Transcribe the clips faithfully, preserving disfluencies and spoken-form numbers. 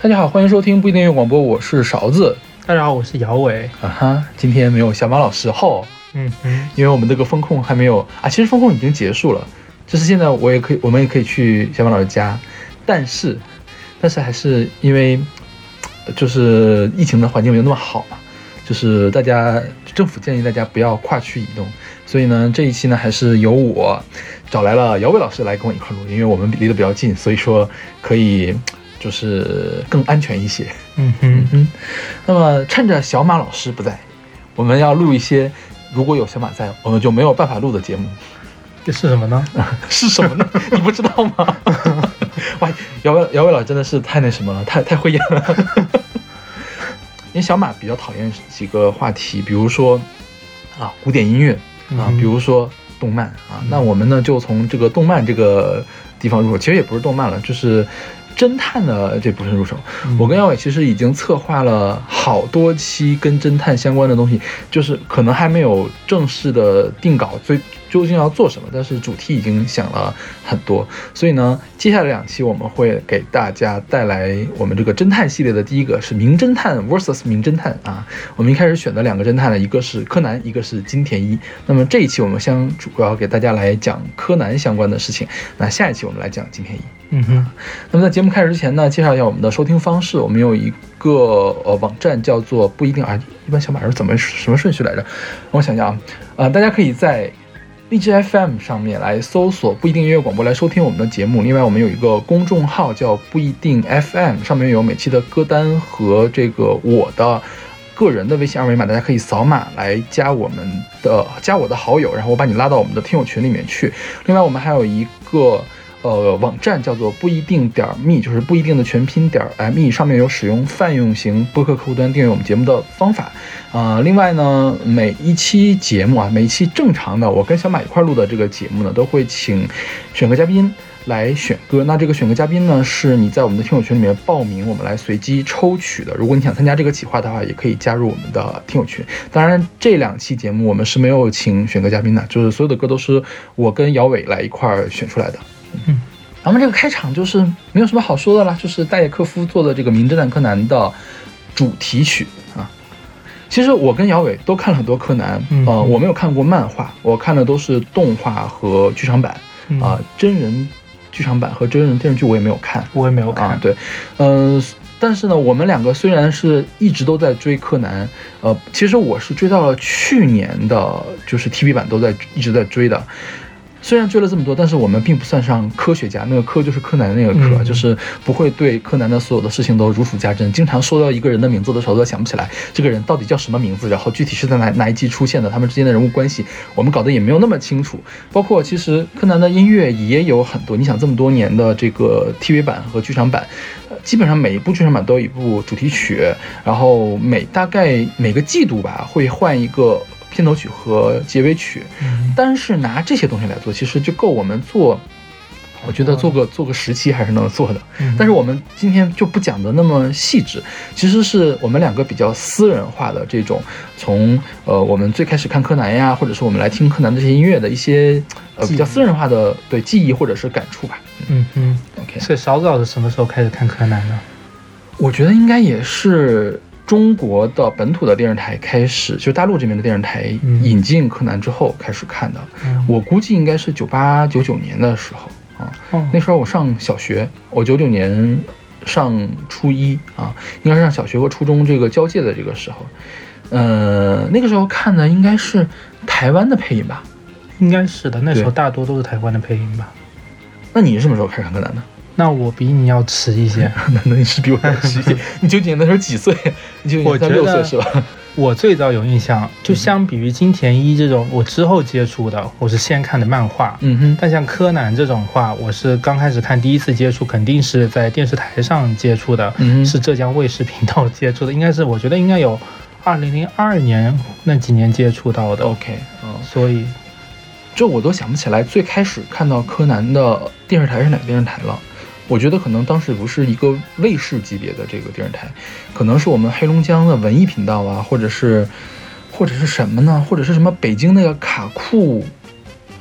大家好，欢迎收听不一定音乐广播，我是勺子。 大家好，我是姚伟。 啊哈，今天没有小马老师后， 嗯嗯， 因为我们这个风控还没有啊，其实风控已经结束了，就是现在我也可以，我们也可以去小马老师家，但是，但是还是因为就是疫情的环境没有那么好嘛，就是大家政府建议大家不要跨区移动，所以呢这一期呢还是由我找来了姚伟老师来跟我一块录，因为我们离得比较近，所以说可以就是更安全一些。 嗯哼嗯哼，那么趁着小马老师不在，我们要录一些如果有小马在我们就没有办法录的节目。 这是什么呢？ 是什么呢？你不知道吗？哇，姚伟姚伟老师真的是太那什么了，太太会演了。因为小马比较讨厌几个话题，比如说啊古典音乐啊， 嗯、 比如说动漫啊、嗯。那我们呢就从这个动漫这个地方入手，其实也不是动漫了，就是侦探的这部分入手。嗯、我跟姚伟其实已经策划了好多期跟侦探相关的东西，就是可能还没有正式的定稿，所以究竟要做什么，但是主题已经想了很多。所以呢，接下来两期我们会给大家带来我们这个侦探系列的第一个是名侦探 versus 名侦探啊。我们一开始选的两个侦探呢，一个是柯南，一个是金田一。那么这一期我们将主要给大家来讲柯南相关的事情，那下一期我们来讲金田一。 嗯哼。 那么在节目开始之前呢，介绍一下我们的收听方式。我们有一个呃网站叫做不一定啊，一般小马是怎么什么顺序来着？我想想啊，呃，大家可以在荔枝 F M 上面来搜索不一定音乐广播来收听我们的节目。另外我们有一个公众号叫不一定 F M， 上面有每期的歌单和这个我的个人的微信二维码，大家可以扫码来加我们的加我的好友，然后我把你拉到我们的听友群里面去。另外我们还有一个呃，网站叫做不一定点 me， 就是不一定的全拼点 me， 上面有使用泛用型播客客户端订阅我们节目的方法。啊、呃，另外呢，每一期节目啊，每一期正常的我跟小马一块录的这个节目呢，都会请选个嘉宾来选歌。那这个选个嘉宾呢，是你在我们的听友群里面报名，我们来随机抽取的。如果你想参加这个企划的话，也可以加入我们的听友群。当然，这两期节目我们是没有请选歌嘉宾的，就是所有的歌都是我跟姚伟来一块选出来的。嗯，咱们这个开场就是没有什么好说的啦，就是大野克夫做的这个《名侦探柯南》的主题曲啊。其实我跟姚伟都看了很多柯南， 嗯、 呃，我没有看过漫画，我看的都是动画和剧场版啊、 嗯呃，真人剧场版和真人电视剧我也没有看， 我也没有看。 啊、对，嗯、呃，但是呢，我们两个虽然是一直都在追柯南，呃，其实我是追到了去年的，就是 T V 版都在一直在追的。虽然追了这么多，但是我们并不算上科学家，那个科就是柯南那个科、嗯，就是不会对柯南的所有的事情都如数家珍。经常说到一个人的名字的时候，都想不起来这个人到底叫什么名字，然后具体是在哪哪一集出现的，他们之间的人物关系，我们搞得也没有那么清楚。包括其实柯南的音乐也有很多，你想这么多年的这个 T V 版和剧场版，呃，基本上每一部剧场版都有一部主题曲，然后每大概每个季度吧会换一个片头曲和结尾曲，单是拿这些东西来做，其实就够我们做，我觉得做个做个十期还是能做的。但是我们今天就不讲的那么细致，其实是我们两个比较私人化的这种，从呃我们最开始看柯南呀，或者是我们来听柯南这些音乐的一些呃比较私人化的对记忆或者是感触吧。 嗯嗯 ，OK。 所以勺子老师什么时候开始看柯南呢？ 我觉得应该也是中国的本土的电视台开始，就大陆这边的电视台引进柯南之后开始看的。嗯、我估计应该是九八九九年的时候啊、哦，那时候我上小学，我九九年上初一啊，应该是上小学和初中这个交界的这个时候。呃，那个时候看的应该是台湾的配音吧？ 应该是的，那时候大多都是台湾的配音吧。 那你是什么时候开始看柯南的？ 那我比你要迟一些。 那那你是比我要迟一些？你九几年的时候几岁？你九几年才六岁是吧？ 我最早有印象，就相比于金田一这种，我之后接触的，我是先看的漫画。 嗯哼。 但像柯南这种话，我是刚开始看，第一次接触肯定是在电视台上接触的，嗯、是浙江卫视频道接触的，应该是我觉得应该有二零零二年那几年接触到的。 OK， 嗯， 所以这我都想不起来最开始看到柯南的电视台是哪个电视台了。我觉得可能当时不是一个卫视级别的这个电视台，可能是我们黑龙江的文艺频道啊，或者是或者是什么呢？或者是什么北京那个卡酷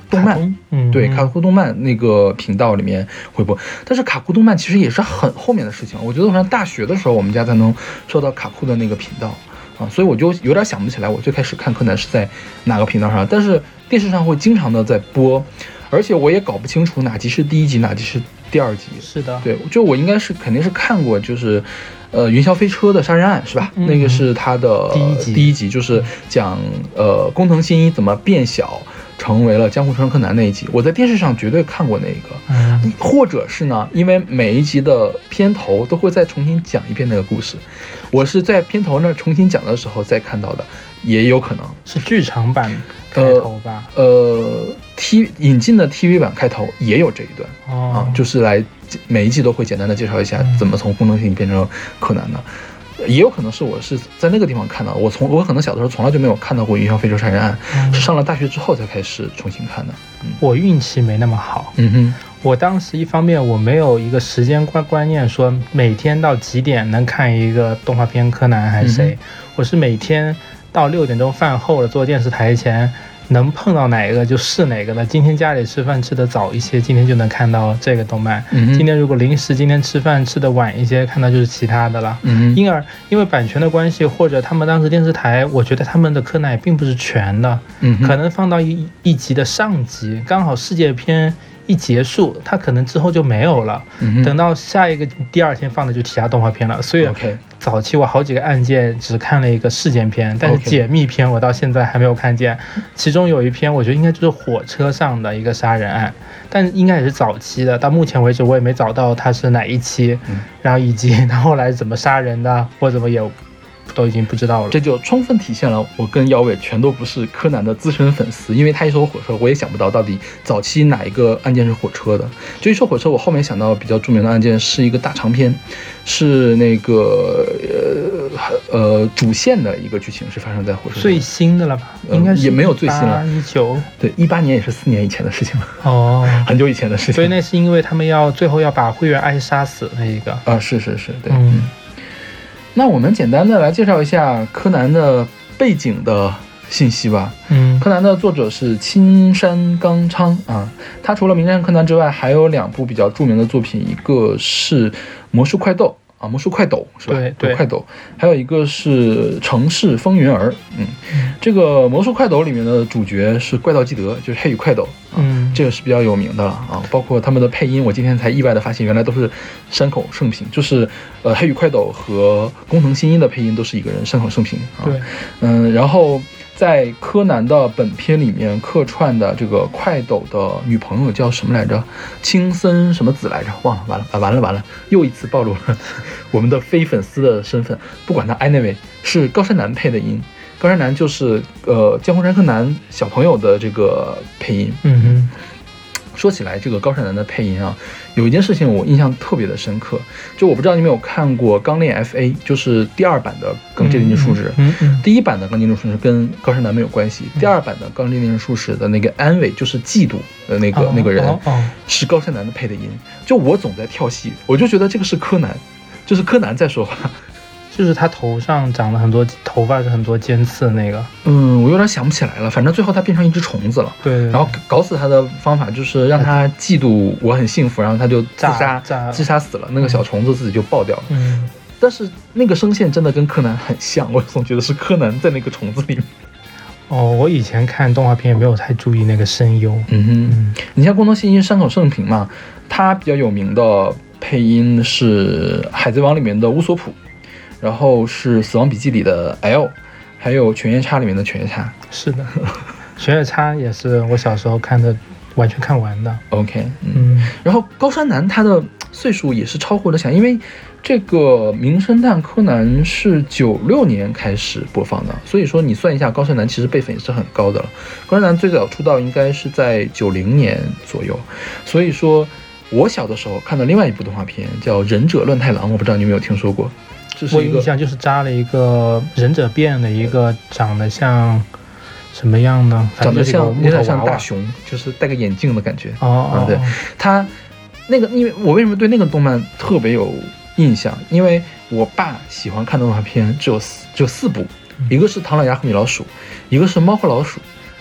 动漫， 嗯， 对，卡酷动漫那个频道里面会播。但是卡酷动漫其实也是很后面的事情，我觉得好像大学的时候我们家才能收到卡酷的那个频道啊，所以我就有点想不起来我最开始看柯南是在哪个频道上，但是电视上会经常的在播，而且我也搞不清楚哪集是第一集，哪集是第二集。 是的， 对，就我应该是肯定是看过，就是呃云霄飞车的杀人案是吧？嗯、那个是他的第一集， 第一集就是讲呃工藤新一怎么变小成为了江户川柯南那一集，我在电视上绝对看过那个， 嗯， 或者是呢，因为每一集的片头都会再重新讲一遍那个故事，我是在片头那重新讲的时候再看到的，也有可能是剧场版开头吧？ 呃, 呃 ，T 引进的 T V 版开头也有这一段、 哦、 啊，就是来每一季都会简单的介绍一下怎么从工藤新一变成柯南的。也有可能是我是在那个地方看到，我从我可能小的时候从来就没有看到过《云霄飞车杀人案》，嗯，是上了大学之后才开始重新看的。嗯、 我运气没那么好， 嗯哼， 我当时一方面我没有一个时间观观念，说每天到几点能看一个动画片柯南还是谁，嗯、我是每天到六点钟饭后了坐电视台前。能碰到哪个就是哪个的。今天家里吃饭吃得早一些，今天就能看到这个动漫。嗯、今天如果临时今天吃饭吃得晚一些，看到就是其他的了。嗯、因而因为版权的关系，或者他们当时电视台，我觉得他们的柯南也并不是全的，嗯、可能放到一一集的上集，刚好世界篇一结束，它可能之后就没有了。嗯、等到下一个第二天放的就其他动画片了，所以。 Okay. 早期我好几个案件只看了一个事件篇，但是解密篇我到现在还没有看见。Okay. 其中有一篇我觉得应该就是火车上的一个杀人案，但应该也是早期的，到目前为止我也没找到它是哪一期，嗯、然后以及他后来怎么杀人的或怎么也都已经不知道了。 这就充分体现了我跟姚伟全都不是柯南的资深粉丝，因为他一说火车我也想不到到底早期哪一个案件是火车的。就一说火车，我后面想到比较著名的案件是一个大长篇，是那个呃呃主线的一个剧情是发生在火车上。 最新的了吧？应该是、 呃、也没有最新了， 一九对一八年也是四年以前的事情了。 哦， 很久以前的事情。 所以那是因为他们要最后要把灰原哀杀死那一个啊，是是是，对。嗯，那我们简单的来介绍一下柯南的背景的信息吧。嗯，柯南的作者是青山刚昌啊，他除了名侦探柯南之外，还有两部比较著名的作品，一个是魔术快斗啊，魔术快斗是吧？ 对对， 快斗，还有一个是城市风云儿。嗯，嗯这个魔术快斗里面的主角是怪盗基德，就是黑羽快斗。嗯，这个是比较有名的了啊，包括他们的配音，我今天才意外的发现，原来都是山口胜平，就是呃黑羽快斗和工藤新一的配音都是一个人，山口胜平啊。 对， 嗯，然后在柯南的本片里面客串的这个快斗的女朋友叫什么来着？青森什么子来着？忘了，完了，完了，完了，又一次暴露了我们的非粉丝的身份。不管他 ，anyway 是高山南配的音。高山南就是呃江户川柯南小朋友的这个配音。 嗯哼， 说起来这个高山南的配音啊，有一件事情我印象特别的深刻，就我不知道你们有看过《钢炼 F A》，就是第二版的《钢之炼金术士》。嗯嗯。第一版的《钢之炼金术士》跟高山南没有关系，第二版的《钢之炼金术士》的那个安尾就是嫉妒的那个、哦、那个人、哦哦，是高山南的配的音。就我总在跳戏，我就觉得这个是柯南，就是柯南在说话。 就是他头上长了很多头发，是很多尖刺的那个。 嗯，我有点想不起来了。反正最后他变成一只虫子了。 对, 对, 对。 然后搞死他的方法就是让他嫉妒我很幸福，然后他就自杀，自杀死了。那个小虫子自己就爆掉了。嗯。但是那个声线真的跟柯南很像，我总觉得是柯南在那个虫子里面。 哦，我以前看动画片也没有太注意那个声优。 嗯哼，嗯你像工藤新一、山口胜平嘛，他比较有名的配音是《海贼王》里面的乌索普。然后是《死亡笔记》里的 L， 还有《犬夜叉》里面的犬夜叉。 是的，犬夜叉也是我小时候看的，完全看完的。 OK， 嗯。嗯然后高山南他的岁数也是超乎我的想，因为这个《名侦探柯南》是九六年开始播放的，所以说你算一下，高山南其实辈分也是很高的了。高山南最早出道应该是在九零年左右，所以说我小的时候看的另外一部动画片叫《忍者乱太郎》，我不知道你有没有听说过。 我印象就是扎了一个忍者辫的一个长得像什么样呢？ 长得像有点像大熊，就是戴个眼镜的感觉。 哦、嗯， 对，他那个，因为我为什么对那个动漫特别有印象？因为我爸喜欢看的动画片只有四只有四部，一个是《唐老鸭和米老鼠》，一个是《猫和老鼠》，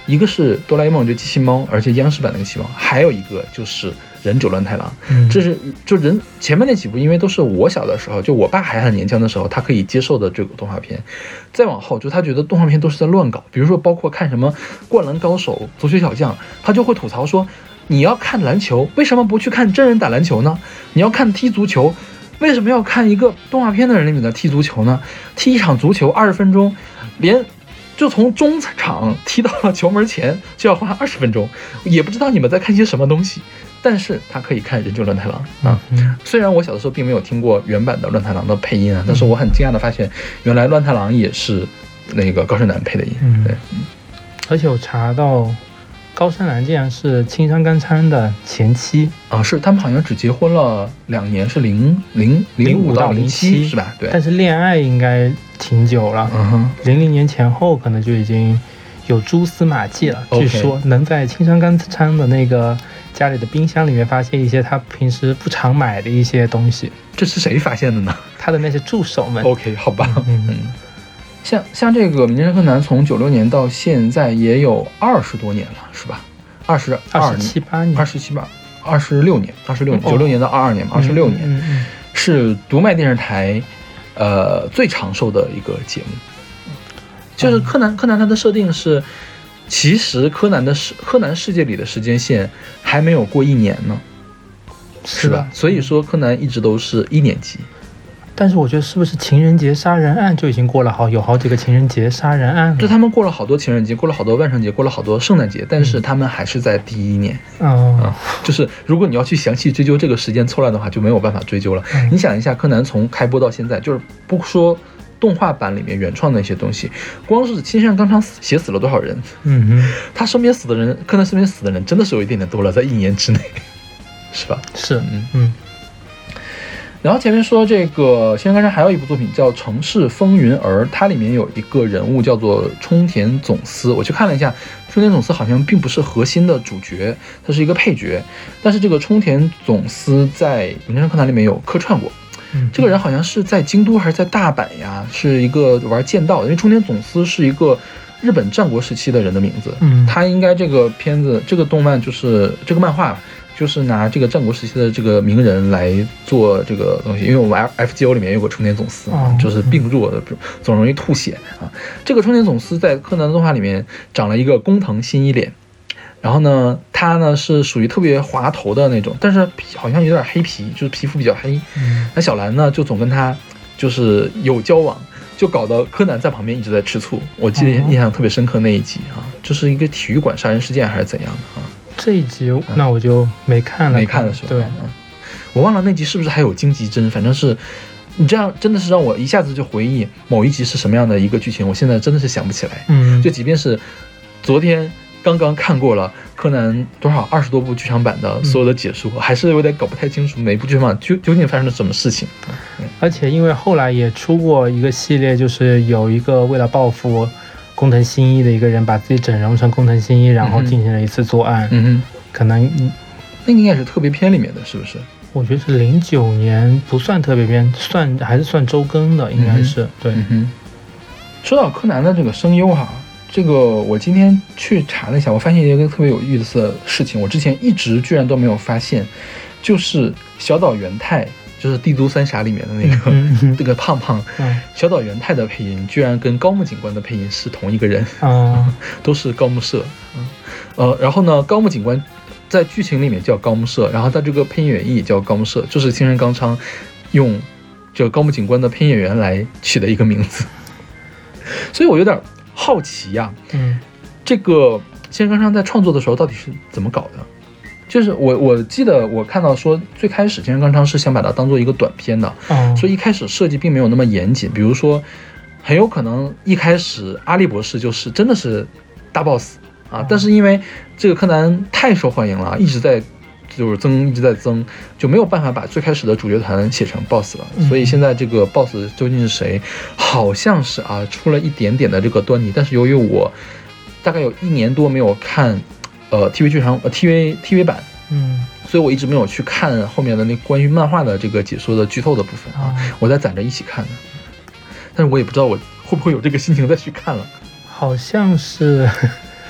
一个是哆啦 A 梦就机器猫，而且央视版那个机器猫，还有一个就是忍者乱太郎。 嗯， 这是就人前面那几部，因为都是我小的时候，就我爸还很年轻的时候，他可以接受的这个动画片。再往后，就他觉得动画片都是在乱搞，比如说包括看什么《灌篮高手》《足球小将》，他就会吐槽说，你要看篮球，为什么不去看真人打篮球呢？你要看踢足球，为什么要看一个动画片的人里面的踢足球呢？踢一场足球二十分钟，连就从中场踢到了球门前就要花二十分钟，也不知道你们在看些什么东西。但是他可以看《忍者乱太郎》啊、嗯，虽然我小的时候并没有听过原版的乱太郎的配音啊，但是我很惊讶的发现，原来乱太郎也是那个高山南配的音。 嗯， 对， 而且我查到高山南竟然是青山刚昌的前妻啊，是他们好像只结婚了两年，是零零零五到零七是吧？对， 但是恋爱应该挺久了， 嗯哼， 零零年前后可能就已经有蛛丝马迹了。据说能在青山刚昌的那个家里的冰箱里面发现一些他平时不常买的一些东西。 这是谁发现的呢？ 他的那些助手们。 OK 好吧。 嗯嗯， 像像这个《名侦探柯南》从九六年到现在也有二十多年了，是吧？二十二十七八年， 二十七八，二十六年，二十六年，九六年到二二年嘛，二十六年， 嗯嗯， 是读卖电视台呃最长寿的一个节目。就是柯南，柯南它的设定是，其实柯南的世柯南世界里的时间线还没有过一年呢，是吧？所以说柯南一直都是一年级。 但是我觉得是不是情人节杀人案就已经过了好有好几个情人节杀人案了？ 就他们过了好多情人节，过了好多万圣节，过了好多圣诞节，但是他们还是在第一年。 哦、 嗯，就是如果你要去详细追究这个时间错乱的话，就没有办法追究了。嗯、你想一下，柯南从开播到现在，就是不说动画版里面原创的那些东西，光是青山刚昌写死了多少人？ 嗯哼， 他身边死的人，柯南身边死的人真的是有一点点多了，在一年之内，是吧？ 是， 嗯嗯。 然后前面说这个青山刚昌还有一部作品叫《城市风云儿》，它里面有一个人物叫做冲田总司，我去看了一下，冲田总司好像并不是核心的主角，他是一个配角，但是这个冲田总司在《名侦探柯南》里面有客串过。 嗯， 这个人好像是在京都还是在大阪呀，是一个玩剑道的，因为冲田总司是一个日本战国时期的人的名字。 嗯， 他应该这个片子这个动漫就是这个漫画就是拿这个战国时期的这个名人来做这个东西，因为我们 F G O 里面有个冲田总司啊，就是病弱的，总容易吐血啊。这个冲田总司在柯南的动画里面长了一个工藤新一脸，然后呢，他呢是属于特别滑头的那种，但是好像有点黑皮，就是皮肤比较黑。那小兰呢就总跟他就是有交往，就搞得柯南在旁边一直在吃醋。我记得印象特别深刻那一集啊，就是一个体育馆杀人事件还是怎样的啊。 这一集那我就没看了， 没看的是吧？ 对， 嗯，我忘了那集是不是还有荆棘针，反正是你这样真的是让我一下子就回忆某一集是什么样的一个剧情，我现在真的是想不起来。 嗯， 就即便是昨天刚刚看过了柯南多少二十多部剧场版的所有的解说，嗯、还是有点搞不太清楚每一部剧场版究究竟发生了什么事情。 嗯、而且因为后来也出过一个系列，就是有一个为了报复工藤新一的一个人把自己整容成工藤新一，然后进行了一次作案。 嗯哼， 可能那个应该是特别篇里面的，是不是？ 我觉得是零九年，不算特别篇，算还是算周更的，应该是、嗯、对、 嗯哼。说到柯南的这个声优哈，这个我今天去查了一下，我发现一个特别有意思的事情，我之前一直居然都没有发现，就是小岛元太。就是《帝都三侠》里面的那个、嗯嗯、这个胖胖、嗯、小岛元太的配音，居然跟高木警官的配音是同一个人啊、嗯，都是高木社。嗯，呃，然后呢，高木警官在剧情里面叫高木社，然后他这个配音演绎也叫高木社，就是青山刚昌用这个高木警官的配音演员来取的一个名字。所以我有点好奇呀、啊， 嗯， 这个青山刚昌在创作的时候到底是怎么搞的？就是我我记得我看到说最开始青山刚昌是想把它当做一个短片的、 哦、 所以一开始设计并没有那么严谨，比如说很有可能一开始阿笠博士就是真的是大 boss 啊、哦，但是因为这个柯南太受欢迎了，一直在就是增一直在增，就没有办法把最开始的主角团写成 boss 了、嗯、所以现在这个 boss 究竟是谁，好像是啊出了一点点的这个端倪，但是由于我大概有一年多没有看呃 T V 剧场呃 T V T V 版， 嗯， 所以我一直没有去看后面的那关于漫画的这个解说的剧透的部分啊，我在攒着一起看的，但是我也不知道我会不会有这个心情再去看了。 好像是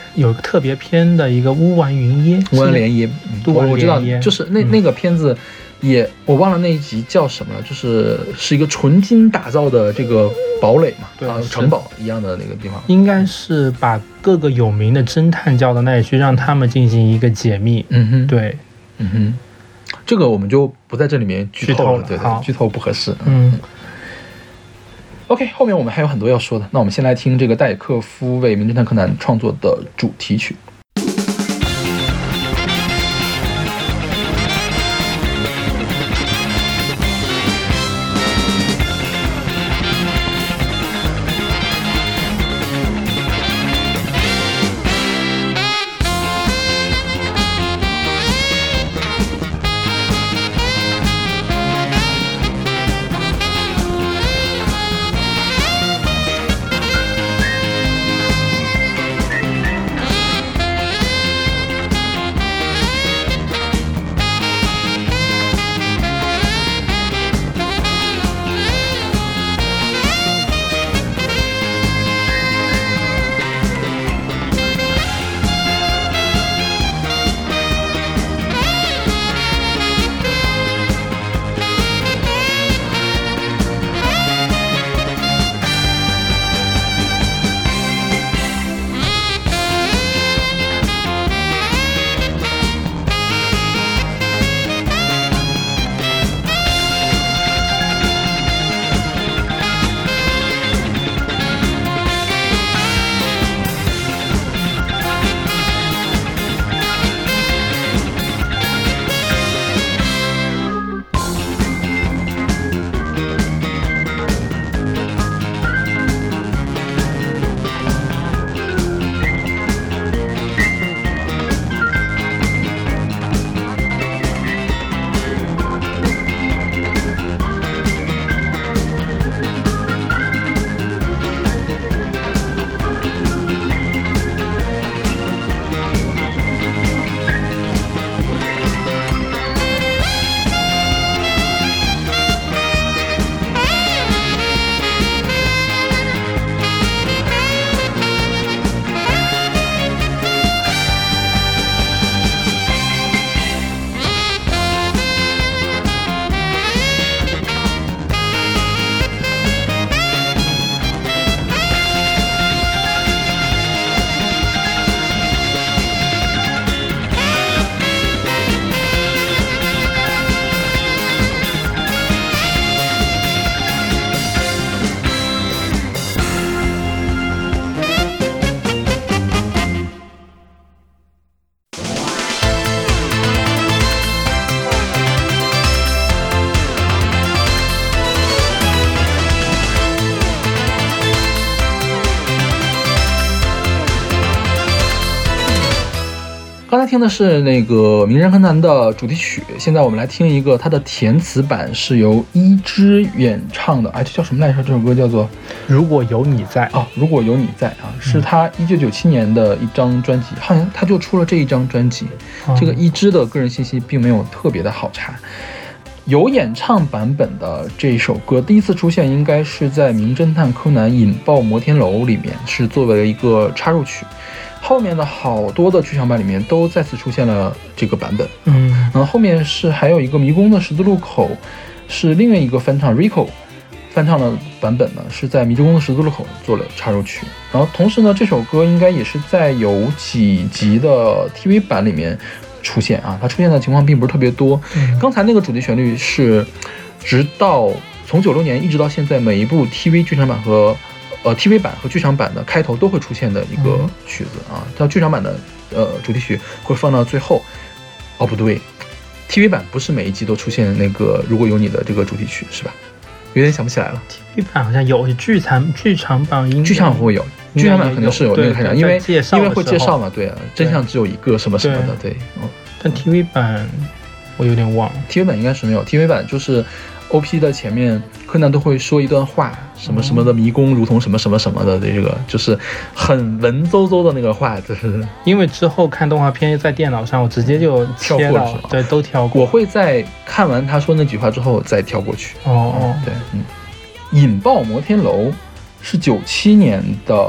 有个特别篇的一个乌丸云耶， 乌丸莲耶， 乌丸我知道， 莲耶就是那、 嗯、 那个片子也我忘了那一集叫什么了，就是是一个纯金打造的这个堡垒嘛， 对啊，城堡一样的那个地方， 应该是把各个有名的侦探叫到那里去，让他们进行一个解密。 嗯哼， 对， 嗯哼，这个我们就不在这里面剧透了， 剧透了， 对对，剧透不合适。 嗯。 OK， 后面我们还有很多要说的，那我们先来听这个戴克夫为《名侦探柯南》创作的主题曲。刚才听的是那个《名侦探柯南》的主题曲，现在我们来听一个它的填词版，是由伊织演唱的。哎，这叫什么来着？这首歌叫做《 如果有你在》 哦，如果有你在啊，是他一九九七年的一张专辑，好像他就出了这一张专辑。 嗯、 这个伊织的个人信息并没有特别的好查。有演唱版本的这首歌第一次出现应该是在《名侦探柯南：引爆摩天楼》里面，是作为一个插入曲。后面的好多的剧场版里面都再次出现了这个版本。 嗯， 然后后面是还有一个迷宫的十字路口，是另外一个翻唱 Rico 翻唱的版本呢，是在迷宫的十字路口做了插入曲。然后同时呢，这首歌应该也是在有几集的 T V 版里面出现啊，它出现的情况并不是特别多。 嗯、 刚才那个主题旋律是直到从九六年一直到现在，每一部 T V 剧场版和呃 T V 版和剧场版的开头都会出现的一个曲子啊。它剧场版的呃主题曲会放到最后。哦，不对 ，T V 版不是每一集都出现那个如果有你的这个主题曲是吧？有点想不起来了。 T V 版好像有，剧场剧场版应剧场会有，剧场版肯定是有那个开场，因为因为会介绍嘛，对啊，真相只有一个什么什么的，对。哦， 但 T V 版我有点忘 ，T V 版应该是没有 ，T V 版就是 O P 的前面柯南都会说一段话，什么什么的迷宫如同什么什么什么的，这个就是很文绉绉的那个话，就是因为之后看动画片在电脑上，我直接就跳过了， 对，都跳过。 我会在看完他说那句话之后再跳过去。 哦哦， 对，嗯，引爆摩天楼是九七年的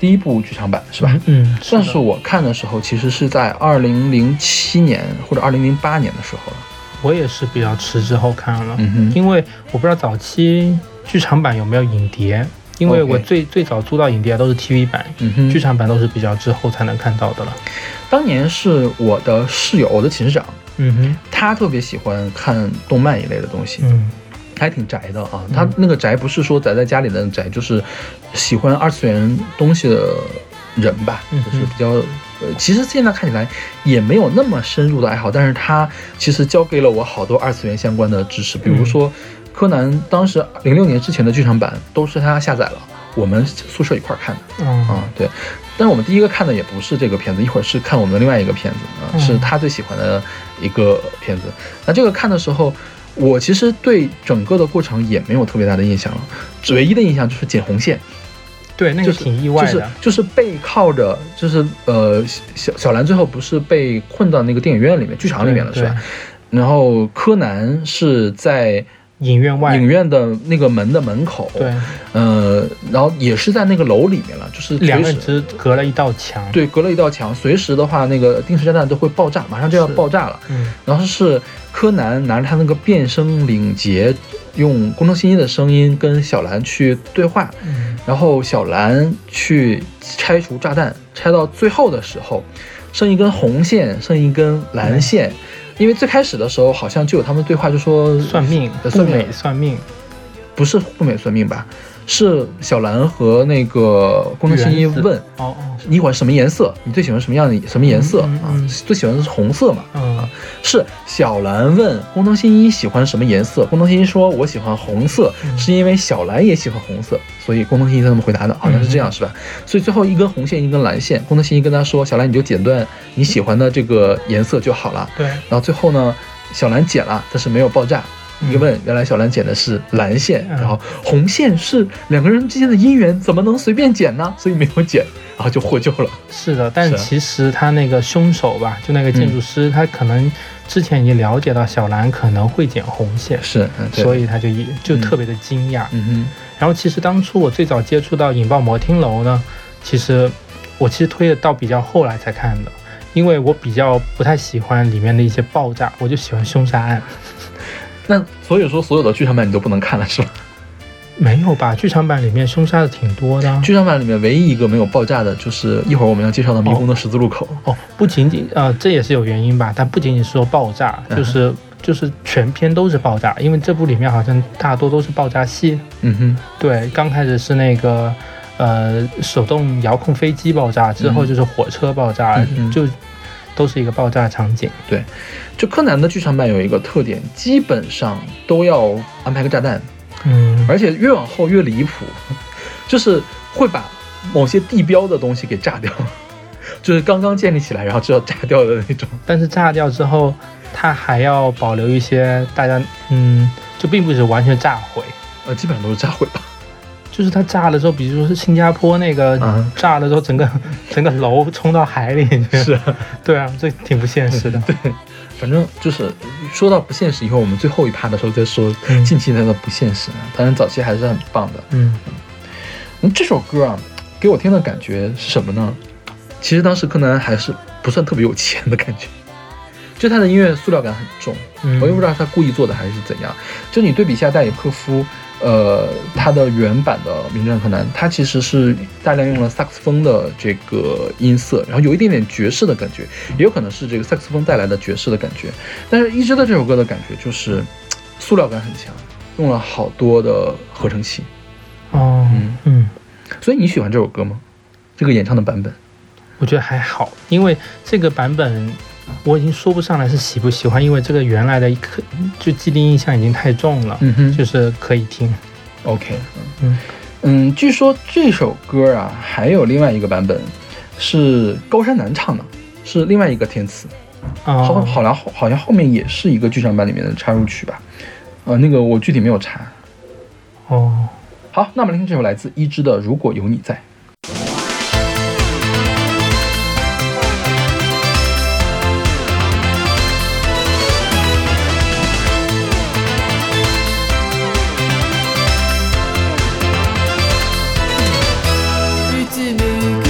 第一部剧场版是吧？ 嗯，是但是我看的时候其实是在二零零七年或者二零零八年的时候了。 我也是比较迟之后看了， 嗯哼， 因为我不知道早期剧场版有没有影碟，因为我最、okay. 最早租到影碟都是 T V 版， 嗯哼， 剧场版都是比较之后才能看到的了。 当年是我的室友，我的寝室长， 嗯哼， 他特别喜欢看动漫一类的东西， 嗯， 还挺宅的啊。他那个宅不是说宅在家里的宅，就是喜欢二次元东西的人吧， 嗯、 就是比较呃，其实现在看起来也没有那么深入的爱好，但是他其实教给了我好多二次元相关的知识，比如说柯南当时零六年之前的剧场版都是他下载了，我们宿舍一块看的， 嗯啊，对。但是我们第一个看的也不是这个片子，一会儿是看我们的另外一个片子啊，是他最喜欢的一个片子。那这个看的时候，我其实对整个的过程也没有特别大的印象了，唯一的印象就是剪红线。 对，那个挺意外的， 就是就是背靠着，就是呃，小小兰最后不是被困到那个电影院里面、剧场里面了，是吧？然后柯南是在影院外， 影院的那个门的门口， 对， 呃，然后也是在那个楼里面了，就是两个人只隔了一道墙， 对，隔了一道墙，随时的话，那个定时炸弹都会爆炸，马上就要爆炸了。 嗯， 然后是柯南拿着他那个变声领结，用工藤新一的声音跟小兰去对话， 嗯， 然后小兰去拆除炸弹，拆到最后的时候，剩一根红线，剩一根蓝线。嗯，因为最开始的时候好像就有他们对话，就说算命， 算命， 算命， 不是不美算命吧？是小兰和那个工藤新一问， 哦哦， 你喜欢什么颜色？你最喜欢什么样的什么颜色、 嗯嗯、 啊？最喜欢的是红色嘛？ 嗯、 啊，是小兰问工藤新一喜欢什么颜色？工藤新一说我喜欢红色、嗯，是因为小兰也喜欢红色，所以工藤新一这么回答的，好像是这样、嗯、是吧？所以最后一根红线一根蓝线，工藤新一跟他说，小兰你就剪断你喜欢的这个颜色就好了。 对， 然后最后呢，小兰剪了，但是没有爆炸。一问，原来小兰剪的是蓝线，然后红线是两个人之间的姻缘，怎么能随便剪呢？所以没有剪，然后就获救了。 是的，但其实他那个凶手吧，就那个建筑师、嗯，他可能之前已经了解到小兰可能会剪红线， 是，嗯、 所以他就就特别的惊讶。 嗯哼。 然后其实当初我最早接触到引爆摩天楼呢，其实我其实推的到比较后来才看的，因为我比较不太喜欢里面的一些爆炸，我就喜欢凶杀案。 那所以说，所有的剧场版你都不能看了是吧？ 没有吧？剧场版里面凶杀的挺多的。 剧场版里面唯一一个没有爆炸的，就是一会儿我们要介绍的迷宫的十字路口。 哦，哦不仅仅呃，这也是有原因吧？但不仅仅是说爆炸，就是、嗯、就是全篇都是爆炸，因为这部里面好像大多都是爆炸戏。 嗯哼， 对，刚开始是那个呃手动遥控飞机爆炸，之后就是火车爆炸，嗯、就。都是一个爆炸场景。 对，就柯南的剧场版有一个特点，基本上都要安排个炸弹， 嗯， 而且越往后越离谱，就是会把某些地标的东西给炸掉，就是刚刚建立起来然后就要炸掉的那种。 但是炸掉之后，它还要保留一些大家，嗯，就并不是完全炸毁， 呃，基本上都是炸毁吧。 就是它炸了之后，比如说是新加坡那个、嗯、炸了之后，整个整个楼冲到海里去。 是啊， 对啊，这挺不现实的。 对，反正就是说到不现实，以后我们最后一趴的时候再说近期的不现实。嗯、当然早期还是很棒的。 嗯， 嗯，这首歌啊，给我听的感觉是什么呢？其实当时柯南还是不算特别有钱的感觉，就他的音乐塑料感很重。 嗯， 我也不知道他故意做的还是怎样。就你对比一下戴里克夫。呃，它的原版的《名侦探柯南》，它其实是大量用了萨克斯风的这个音色，然后有一点点爵士的感觉，也有可能是这个萨克斯风带来的爵士的感觉。但是一直的这首歌的感觉就是塑料感很强，用了好多的合成器。 哦，嗯嗯。 所以你喜欢这首歌吗？这个演唱的版本？ 我觉得还好，因为这个版本。我已经说不上来是喜不喜欢，因为这个原来的一刻就既定印象已经太重了， 嗯哼， 就是可以听。 OK， 嗯嗯，据说这首歌啊还有另外一个版本是高山南唱的，是另外一个填词， 哦、 好好像好像后面也是一个剧场版里面的插入曲吧，呃，那个我具体没有查。 哦， 好，那我们听这首来自一枝的《如果有你在》。 日记里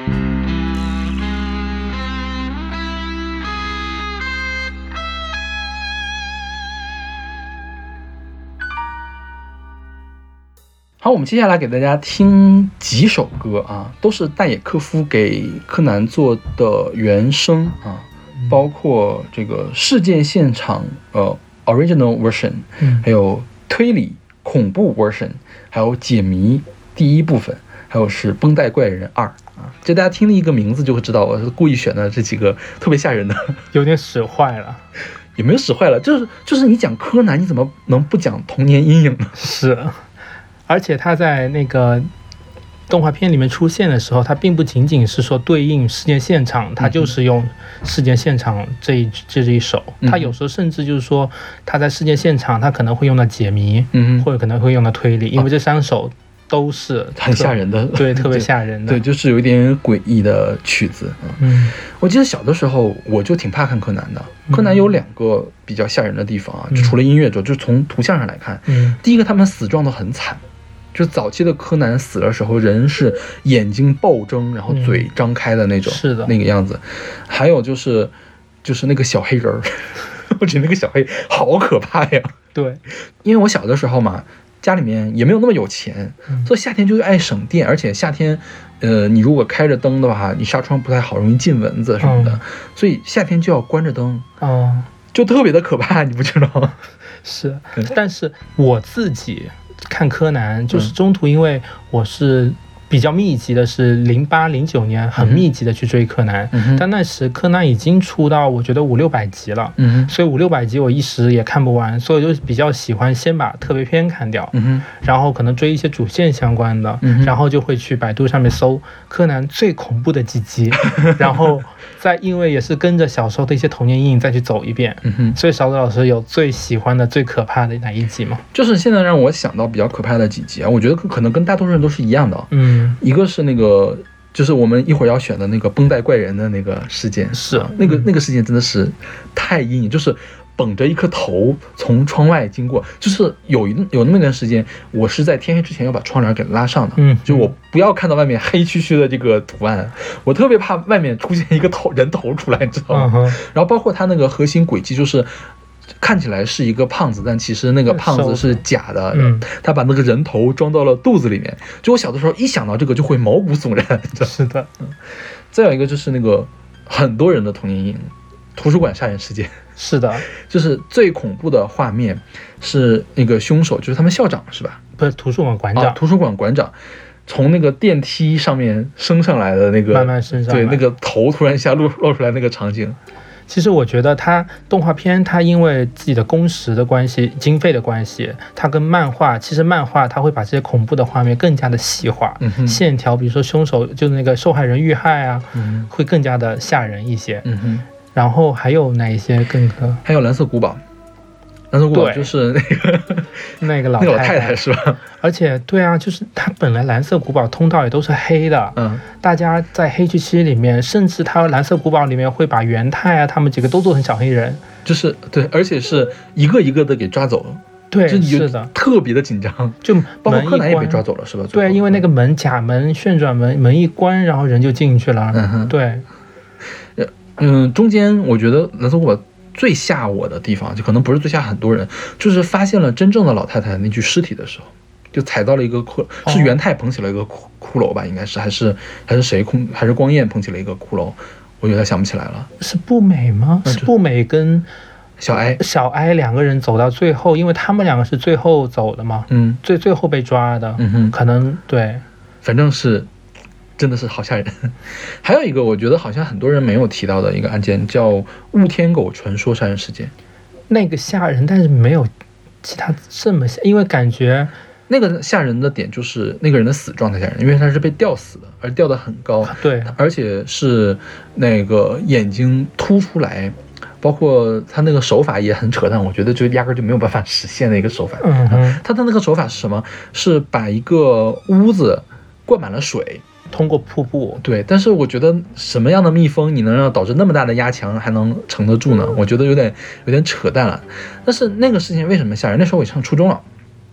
好，我们接下来给大家听几首歌啊，都是戴野科夫给柯南做的原声啊，包括这个事件现场呃 original version， 还有推理恐怖 version， 还有解谜第一部分，还有是绷带怪人二啊。这大家听了一个名字就会知道，我是故意选的这几个特别吓人的， 有点使坏了。 也没有使坏了，就是就是你讲柯南，你怎么能不讲童年阴影呢？ 是。而且他在那个动画片里面出现的时候，他并不仅仅是说对应事件现场，他就是用事件现场这一这一手，他有时候甚至就是说他在事件现场他可能会用到解谜，嗯，或者可能会用到推理，因为这三首都是很吓人的， 对，特别吓人的， 对，就是有一点诡异的曲子。嗯，我记得小的时候我就挺怕看柯南的。柯南有两个比较吓人的地方啊，就除了音乐之后，就从图像上来看，嗯，第一个他们死状都很惨。就早期的柯南死的时候，人是眼睛暴睁，然后嘴张开的那种， 是的， 那个样子。还有就是，就是那个小黑人儿，我觉得那个小黑好可怕呀。 对， 因为我小的时候嘛，家里面也没有那么有钱，所以夏天就爱省电，而且夏天，呃，你如果开着灯的话，你纱窗不太好，容易进蚊子什么的，嗯、所以夏天就要关着灯，哦，就特别的可怕，你不知道吗？ 是，但是我自己看柯南，就是中途因为我是比较密集的，是零八零九年很密集的去追柯南，嗯、但那时柯南已经出到我觉得五六百集了，嗯、所以五六百集我一时也看不完，所以我就比较喜欢先把特别篇看掉，嗯、然后可能追一些主线相关的，嗯、然后就会去百度上面搜柯南最恐怖的几集，然后再因为也是跟着小时候的一些童年阴影再去走一遍，嗯、所以勺子老师有最喜欢的最可怕的哪一集吗？ 就是现在让我想到比较可怕的几集啊，我觉得可能跟大多数人都是一样的，嗯。一个是那个，就是我们一会儿要选的那个绷带怪人的那个事件， 是、 啊、那个那个事件真的是太阴影，就是绷着一颗头从窗外经过，就是有一有那么一段时间，我是在天黑之前要把窗帘给拉上的，嗯，就我不要看到外面黑黢黢的这个图案，我特别怕外面出现一个头人头出来，你知道吗？嗯、然后包括他那个核心轨迹就是。看起来是一个胖子，但其实那个胖子是假的，嗯、他把那个人头装到了肚子里面。就我小的时候一想到这个就会毛骨悚然。 是的， 嗯。再有一个就是那个很多人的童年阴影，图书馆杀人事件。 是的， 就是最恐怖的画面是那个凶手，就是他们校长是吧？ 不是图书馆馆长，啊、 图书馆馆长。从那个电梯上面升上来的那个， 慢慢升上来， 对，那个头突然一下露露出来那个场景。 其实我觉得它动画片，它因为自己的工时的关系、经费的关系，它跟漫画，其实漫画它会把这些恐怖的画面更加的细化，嗯、线条，比如说凶手就是那个受害人遇害啊，嗯、会更加的吓人一些。嗯、然后还有哪一些更可？ 还有蓝色古堡。蓝色古堡就是那个那个老那个老太太是吧？ 而且对啊，就是它本来蓝色古堡通道也都是黑的，嗯，大家在黑漆漆里面，甚至它蓝色古堡里面会把元太啊他们几个都做成小黑人， 就是对，而且是一个一个的给抓走了。 对，是的， 特别的紧张，就包括柯南也被抓走了，是吧？ 对，因为那个门假门旋转门门一关，然后人就进去了。嗯哼，对， 嗯，中间我觉得蓝色古堡最吓我的地方，就可能不是最吓很多人，就是发现了真正的老太太那具尸体的时候，就踩到了一个骷，是元太捧起了一个骷骷髅吧，应该是还是还是谁空还是光彦捧起了一个骷髅，我有点想不起来了。 是步美吗？是步美跟小哀小哀两个人走到最后，因为他们两个是最后走的嘛，嗯，最最后被抓的，嗯哼，可能对， 反正是。真的是好吓人。还有一个我觉得好像很多人没有提到的一个案件叫雾天狗传说杀人事件， 那个吓人，但是没有其他这么吓，因为感觉那个吓人的点就是那个人的死状态吓人，因为他是被吊死的，而吊得很高， 对， 而且是那个眼睛凸出来，包括他那个手法也很扯淡，我觉得就压根就没有办法实现的一个手法。嗯哼，他的那个手法是什么？是把一个屋子灌满了水。 通过瀑布， 对，但是我觉得什么样的蜜蜂你能让导致那么大的压强还能撑得住呢？我觉得有点有点扯淡了。但是那个事情为什么吓人？那时候我上初中了，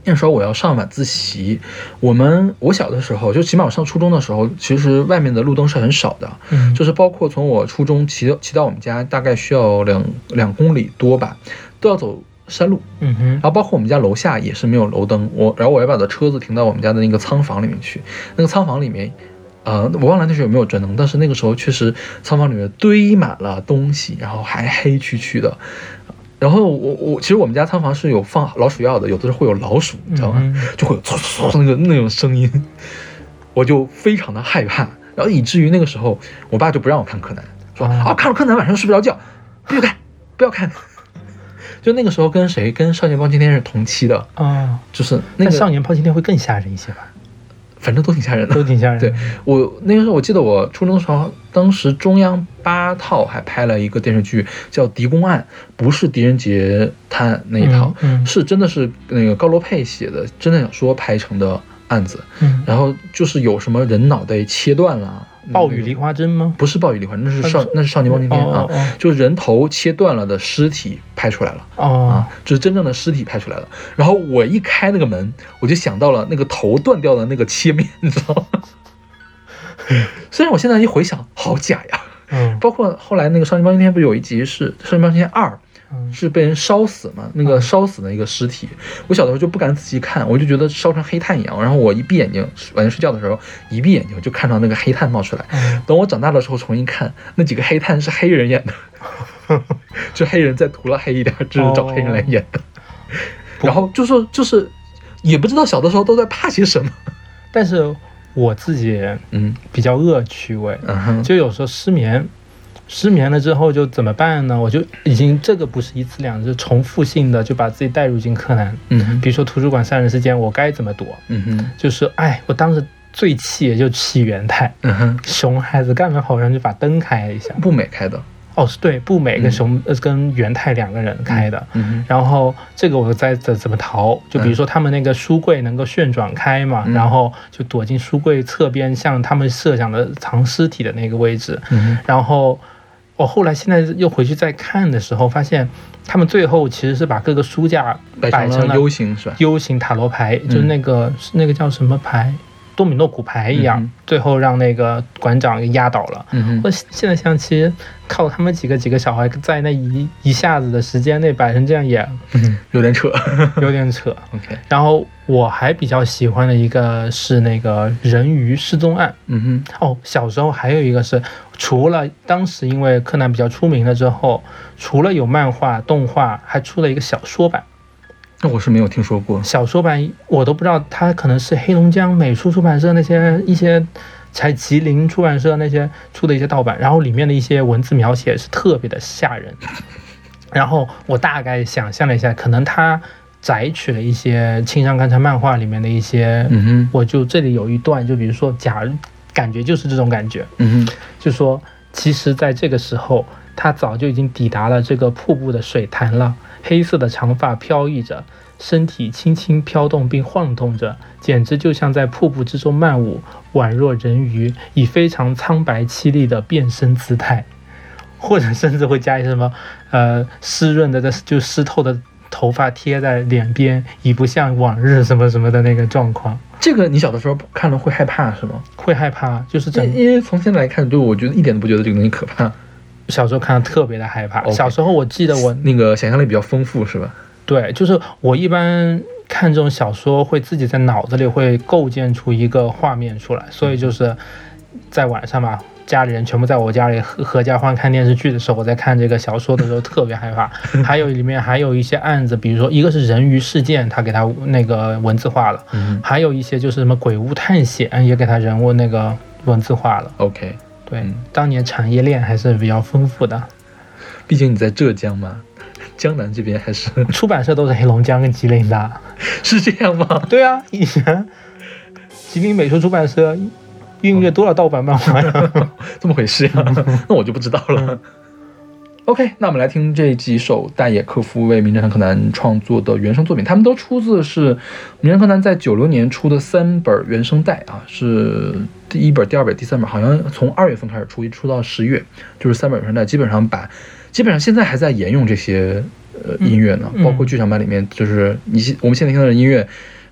那时候我要上晚自习，我们我小的时候，就起码我上初中的时候，其实外面的路灯是很少的， 嗯， 就是包括从我初中骑骑到我们家，大概需要两两公里多吧，都要走山路， 嗯哼， 然后包括我们家楼下也是没有楼灯，我然后我要把我的车子停到我们家的那个仓房里面去，那个仓房里面，呃，我忘了那时候有没有转灯，但是那个时候确实仓房里面堆满了东西，然后还黑黢黢的。然后我我其实我们家仓房是有放老鼠药的，有的时候会有老鼠，你知道吗？嗯、就会有嗖嗖嗖那个那种声音，我就非常的害怕，然后以至于那个时候我爸就不让我看柯南，说啊看了柯南晚上睡不着觉，不要看不要看。就那个时候跟谁跟少年包青天是同期的啊、哦， 就是那个少年包青天会更吓人一些吧？ 反正都挺吓人的， 都挺吓人的。 对，我那个时候，我记得我初中的时候，当时中央八套还拍了一个电视剧叫《狄公案》，不是狄仁杰探案那一套， 嗯嗯、 是真的是那个高罗佩写的侦探小说拍成的案子。 嗯， 然后就是有什么人脑袋切断了。 暴雨梨花针吗？ 不是暴雨梨花针，那是少那是少年包青天啊， 哦哦、 就是人头切断了的尸体拍出来了哦， 啊，就是真正的尸体拍出来了。然后我一开那个门，我就想到了那个头断掉的那个切面，你知道吗？虽然我现在一回想，好假呀。 嗯， 包括后来那个少年包青天不是有一集是少年包青天二。是被人烧死嘛？那个烧死的一个尸体，我小的时候就不敢仔细看，我就觉得烧成黑炭一样。然后我一闭眼睛，晚上睡觉的时候一闭眼睛就看到那个黑炭冒出来。等我长大的时候重新看，那几个黑炭是黑人演的，就黑人再涂了黑一点，就是找黑人来演的。然后就是就是也不知道小的时候都在怕些什么。 但是我自己嗯比较恶趣味， 嗯、 就有时候失眠。失眠了之后就怎么办呢？我就已经这个不是一次两次，重复性的就把自己带入进柯南。 嗯， 比如说图书馆杀人事件，我该怎么躲？ 嗯哼， 就是哎，我当时最气也就气元太。 嗯哼， 熊孩子干嘛跑上去把灯开了一下？ 步美开的。 哦，是对，步美跟熊、嗯、跟元太两个人开的。 嗯， 然后这个我再怎怎么逃？就比如说他们那个书柜能够旋转开嘛，嗯、然后就躲进书柜侧边，像他们设想的藏尸体的那个位置。 嗯， 然后。我、哦、后来现在又回去再看的时候，发现他们最后其实是把各个书架摆成了 U 型，是吧 ？U 型塔罗牌，嗯、就是那个那个叫什么牌，多米诺骨牌一样，嗯、最后让那个馆长给压倒了。 嗯、 我现在想起，靠他们几个几个小孩在那一一下子的时间内摆成这样也， 嗯、有点扯， 有点扯。 OK， 然后我还比较喜欢的一个是那个人鱼失踪案。 嗯哼，哦，小时候还有一个是。除了当时因为柯南比较出名了之后，除了有漫画、动画，还出了一个小说版。 那我是没有听说过。 小说版我都不知道，它可能是黑龙江美术出版社那些一些，才吉林出版社那些出的一些盗版，然后里面的一些文字描写是特别的吓人。然后我大概想象了一下，可能它摘取了一些青山刚才漫画里面的一些， 嗯哼， 我就这里有一段，就比如说假如。感觉就是这种感觉， 嗯哼， 就说其实在这个时候，他早就已经抵达了这个瀑布的水潭了。黑色的长发飘逸着，身体轻轻飘动并晃动着，简直就像在瀑布之中漫舞，宛若人鱼，以非常苍白凄厉的变身姿态，或者甚至会加一些什么呃湿润的就湿透的头发贴在脸边，已不像往日什么什么的那个状况。 这个你小的时候看了会害怕是吗？ 会害怕，就是整因为从现在来看，对我觉得一点都不觉得这个东西可怕。 小时候看的特别的害怕。 Okay. 小时候我记得我那个想象力比较丰富是吧？ 对，就是我一般看这种小说会自己在脑子里会构建出一个画面出来，所以就是在晚上嘛，家里人全部在我家里合家欢看电视剧的时候，我在看这个小说的时候特别害怕。还有里面还有一些案子，比如说一个是人鱼事件，他给他那个文字化了， 嗯， 还有一些就是什么鬼屋探险也给他人物那个文字化了。 OK， 对、嗯、当年产业链还是比较丰富的。 毕竟你在浙江嘛，江南这边还是出版社都是黑龙江跟吉林的。 是这样吗？ 对啊，以前吉林美术出版社孕育多少盗版漫画呀？ 这么回事呀、啊？那我就不知道了。嗯、OK， 那我们来听这几首大野克夫为名侦探柯南创作的原声作品，他们都出自是名侦探柯南在九六年出的三本原声带啊，是第一本、第二本、第三本，好像从二月份开始出，一出到十月，就是三本原声带，基本上把，基本上现在还在沿用这些呃音乐呢， 嗯、 包括剧场版里面，就是你我们现在听到的音乐。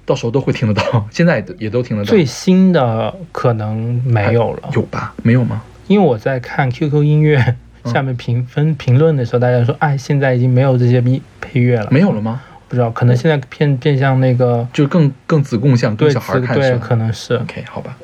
到时候都会听得到，现在也都听得到。 最新的可能没有了， 有吧？没有吗？ 因为我在看 Q Q 音乐下面评分、嗯、评论的时候，大家说，哎，现在已经没有这些配乐了。 没有了吗？ 不知道，可能现在偏变向那个， 就更更子贡向，更小孩看对，可能是。 OK， 好吧。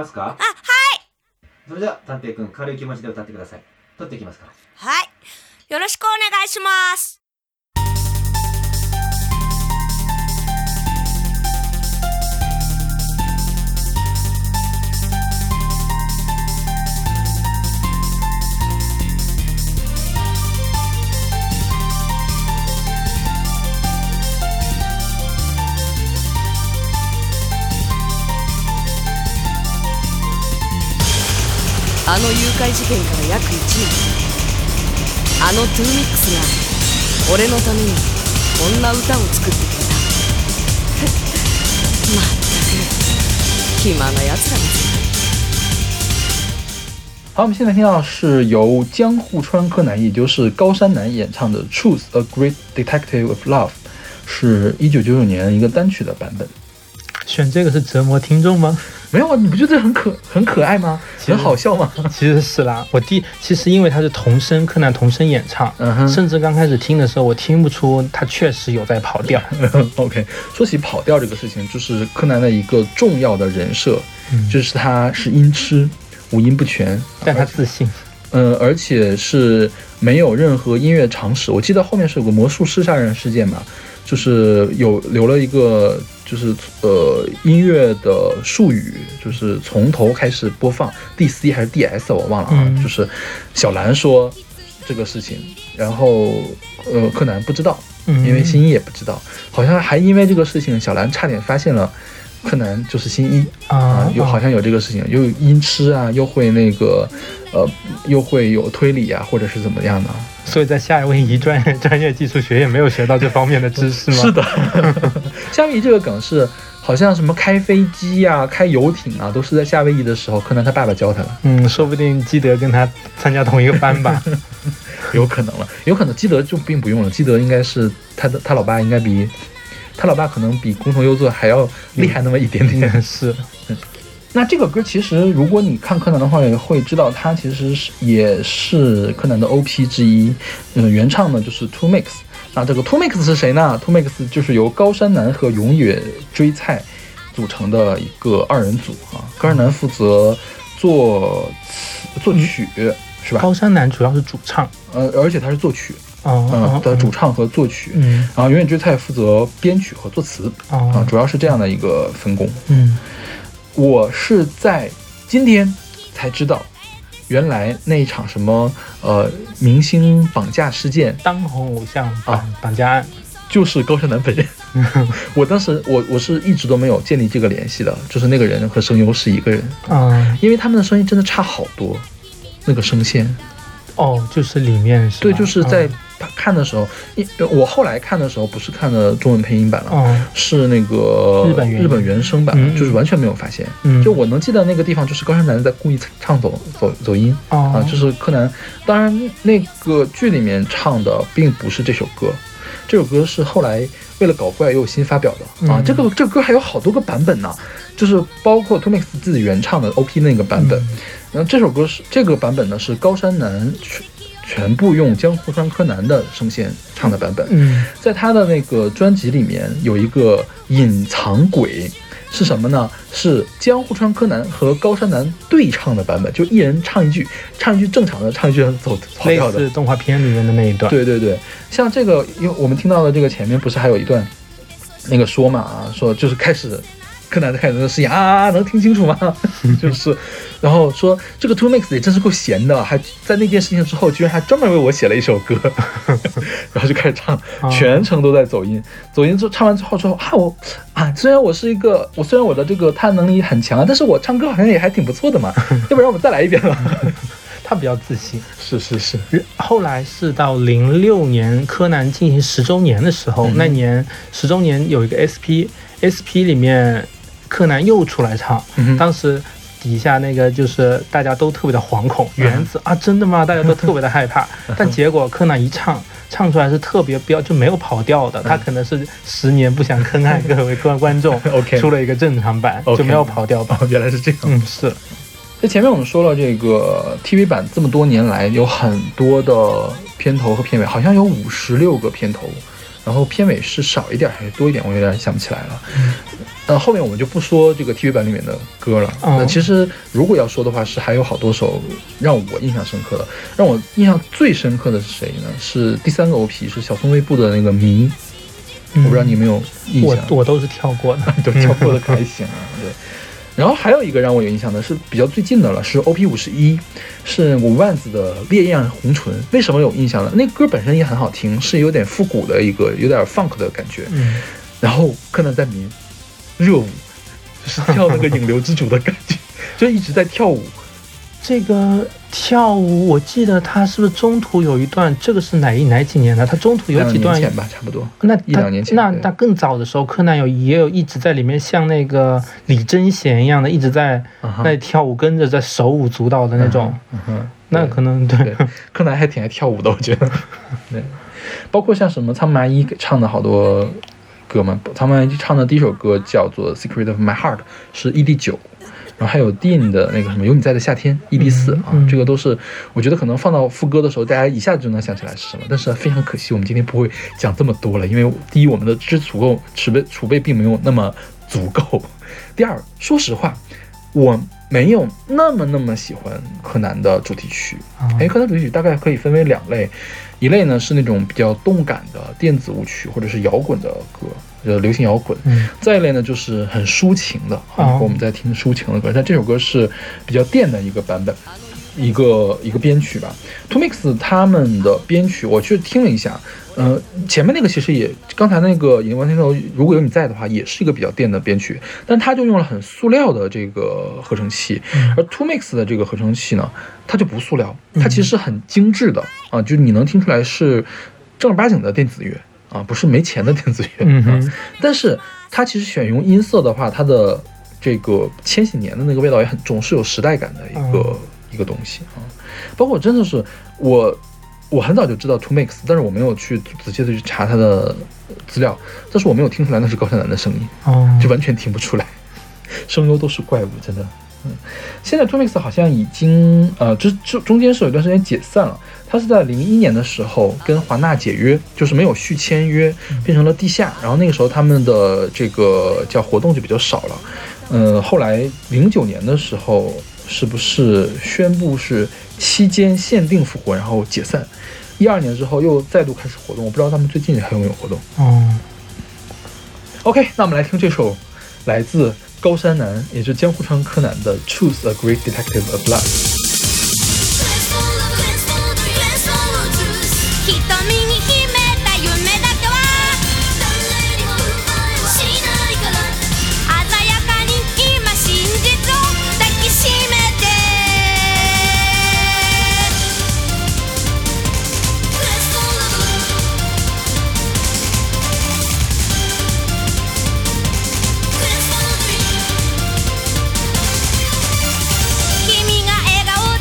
ますか？ あ、はい。 それでは探偵くん、軽い気持ちで歌ってください。撮っていきますから。 はい。よろしくお願いします。あの誘拐事件から約いちねん、あのトゥーミックスが俺のためにこんな歌を作ってくれた。まったく暇なやつらです。 好，我们现在听到是由江户川柯南，也就是高山南演唱的《Truth: A Great Detective of Love》，是一九九九年一个单曲的版本。 选这个是折磨听众吗？ 没有啊，你不觉得很可很可爱吗？很好笑吗？ 其实是啦，我第其实因为他是童声，柯南童声演唱， 嗯哼， 甚至刚开始听的时候，我听不出他确实有在跑调。 OK， 说起跑调这个事情，就是柯南的一个重要的人设，嗯、就是他是音痴，五音不全， 但他自信。 嗯，而且是没有任何音乐常识。我记得后面是有个魔术师杀人事件嘛，就是有留了一个就是呃音乐的术语，就是从头开始播放 D C 还是 D S 我忘了啊、嗯，就是小兰说这个事情，然后呃柯南不知道，因为新一也不知道，好像还因为这个事情小兰差点发现了柯南就是新一啊，有好像有这个事情，又音痴啊，又会那个呃，又会有推理啊，或者是怎么样的。 所以在夏威夷专专业技术学院没有学到这方面的知识吗？ 是的，夏威夷这个梗是好像什么开飞机啊、开游艇啊，都是在夏威夷的时候，柯南他爸爸教他的。 嗯，说不定基德跟他参加同一个班吧， 有可能了，有可能基德就并不用了，基德应该是他的他老爸应该比。他老爸可能比工藤优作还要厉害那么一点点， 嗯、是。 那这个歌其实，如果你看柯南的话，也会知道它其实是也是柯南的 O P 之一。嗯，原唱呢就是 Two Mix。那这个 Two Mix 是谁呢 ？Two Mix 就是由高山南和永野追菜组成的一个二人组啊。高山南负责作词作曲、嗯、是吧？ 高山南主要是主唱， 呃，而且他是作曲。 嗯呃的主唱和作曲， 嗯， 然后永远追菜负责编曲和作词，啊、 哦呃，主要是这样的一个分工。 嗯， 我是在今天才知道，原来那一场什么呃明星绑架事件， 当红偶像绑、 啊、 绑架案， 就是高山南本人。我当时我我是一直都没有建立这个联系的，就是那个人和声优是一个人啊、嗯， 因为他们的声音真的差好多，那个声线。 哦，就是里面是吧？ 对，就是在看的时候，因、嗯、我后来看的时候不是看的中文配音版了， 哦、 是那个日本原日本原声版、 嗯， 就是完全没有发现。 嗯， 就我能记得那个地方，就是高山南在故意唱走走走音、 哦、 啊，就是柯南。当然，那个剧里面唱的并不是这首歌，这首歌是后来为了搞怪又新发表的啊。嗯、这个这个歌还有好多个版本呢，就是包括 Two Mix 自己原唱的 O P 那个版本。嗯然后这首歌是这个版本呢，是高山南全全部用江户川柯南的声线唱的版本。 嗯， 在他的那个专辑里面有一个隐藏轨，是什么呢？是江户川柯南和高山南对唱的版本，就一人唱一句，唱一句正常的，唱一句走跑调的， 类似动画片里面的那一段。 对对对，像这个，因为我们听到的这个前面不是还有一段那个说嘛啊，说就是开始。柯南在开始那个事情啊，能听清楚吗？就是，然后说这个 Two Mix 也真是够闲的，还在那件事情之后，居然还专门为我写了一首歌，然后就开始唱，全程都在走音，走音之后唱完之后说啊我啊，虽然我是一个，我虽然我的这个他能力很强，但是我唱歌好像也还挺不错的嘛，要不然我们再来一遍吧。 他比较自信， 是是是。 后来是到零六年柯南进行十周年的时候，嗯、那年十周年有一个 S P，S P 里面。柯南又出来唱、嗯，当时底下那个就是大家都特别的惶恐，原子、嗯、啊，真的吗？大家都特别的害怕。但结果柯南一唱，唱出来是特别标，就没有跑调的。他可能是十年不想坑害各位观观众，OK， 出了一个正常版， okay, 就没有跑调版。 哦，原来是这样。 嗯，是。 在前面我们说了，这个 T V 版这么多年来有很多的片头和片尾，好像有五十六个片头。 然后片尾是少一点还是多一点，我有点想不起来了。呃，后面我们就不说这个 T V 版里面的歌了。那、哦、其实如果要说的话，是还有好多首让我印象深刻的。让我印象最深刻的是谁呢？是第三个 O P， 是小松微步的那个《迷》。我不知道你有没有印象？ 我我都是跳过的， 都跳过的可还行啊。对。然后还有一个让我有印象的是比较最近的了，是 O P 五十一，是五万子的《烈焰红唇》。为什么有印象呢？那歌本身也很好听，是有点复古的一个，有点 funk 的感觉。 嗯。 然后柯南在迷热舞，就是跳那个引流之主的感觉，就一直在跳舞。 这个跳舞，我记得他是不是中途有一段？这个是哪一哪几年的？他中途有几段？ 两年前吧，差不多。 那一两年前。 那那更早的时候，柯南有也有一直在里面像那个李贞贤一样的，一直在在跳舞，跟着在手舞足蹈的那种。 嗯哼， 那可能 对, 对，柯南还挺爱跳舞的，我觉得。对，包括像什么仓木麻衣唱的好多歌嘛，仓木麻衣唱的第一首歌叫做《Secret of My Heart》，是 E D 九。然后还有 Dean 的那个什么有你在的夏天 E D 四、嗯、啊、嗯，这个都是我觉得可能放到副歌的时候大家一下子就能想起来是什么，但是非常可惜我们今天不会讲这么多了，因为第一我们的知识储够储备储备并没有那么足够，第二说实话我没有那么那么喜欢柯南的主题曲。哎、哦，柯南主题曲大概可以分为两类，一类呢是那种比较动感的电子舞曲或者是摇滚的歌，呃，流行摇滚。嗯，再一类呢就是很抒情的，啊，我们在听抒情的歌，但这首歌是比较电的一个版本，一个一个编曲吧。To Mix 他们的编曲我去听了一下，呃，前面那个其实也，刚才那个《引力完天头》如果有你在的话，也是一个比较电的编曲，但他就用了很塑料的这个合成器，嗯、而 To Mix 的这个合成器呢，它就不塑料，它其实很精致的啊，就是你能听出来是正儿八经的电子乐啊，不是没钱的电子乐。嗯哼、啊，但是它其实选用音色的话，它的这个千禧年的那个味道也很重，是有时代感的一个、嗯、一个东西啊。包括真的是我。我很早就知道 To Mix， 但是我没有去仔细的去查他的资料，但是我没有听出来那是高山南的声音，哦，就完全听不出来，声优都是怪物，真的。嗯，现在 To Mix 好像已经呃，这这中间是有一段时间解散了，他是在零一年的时候跟华纳解约，就是没有续签约，变成了地下，然后那个时候他们的这个叫活动就比较少了。呃，后来零九年的时候，是不是宣布是期间限定复活，然后解散？一二年之后又再度开始活动，我不知道他们最近还有没有活动。哦 ，OK， 那我们来听这首来自高山南，也就是江户川柯南的《Choose a Great Detective of Blood》。 君が笑顔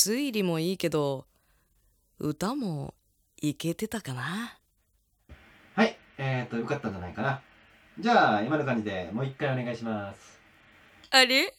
推理もいいけど歌もいけてたかな。 はい、えー、っとよかったんじゃないかな。じゃあ今の感じでもう一回お願いします。 あれ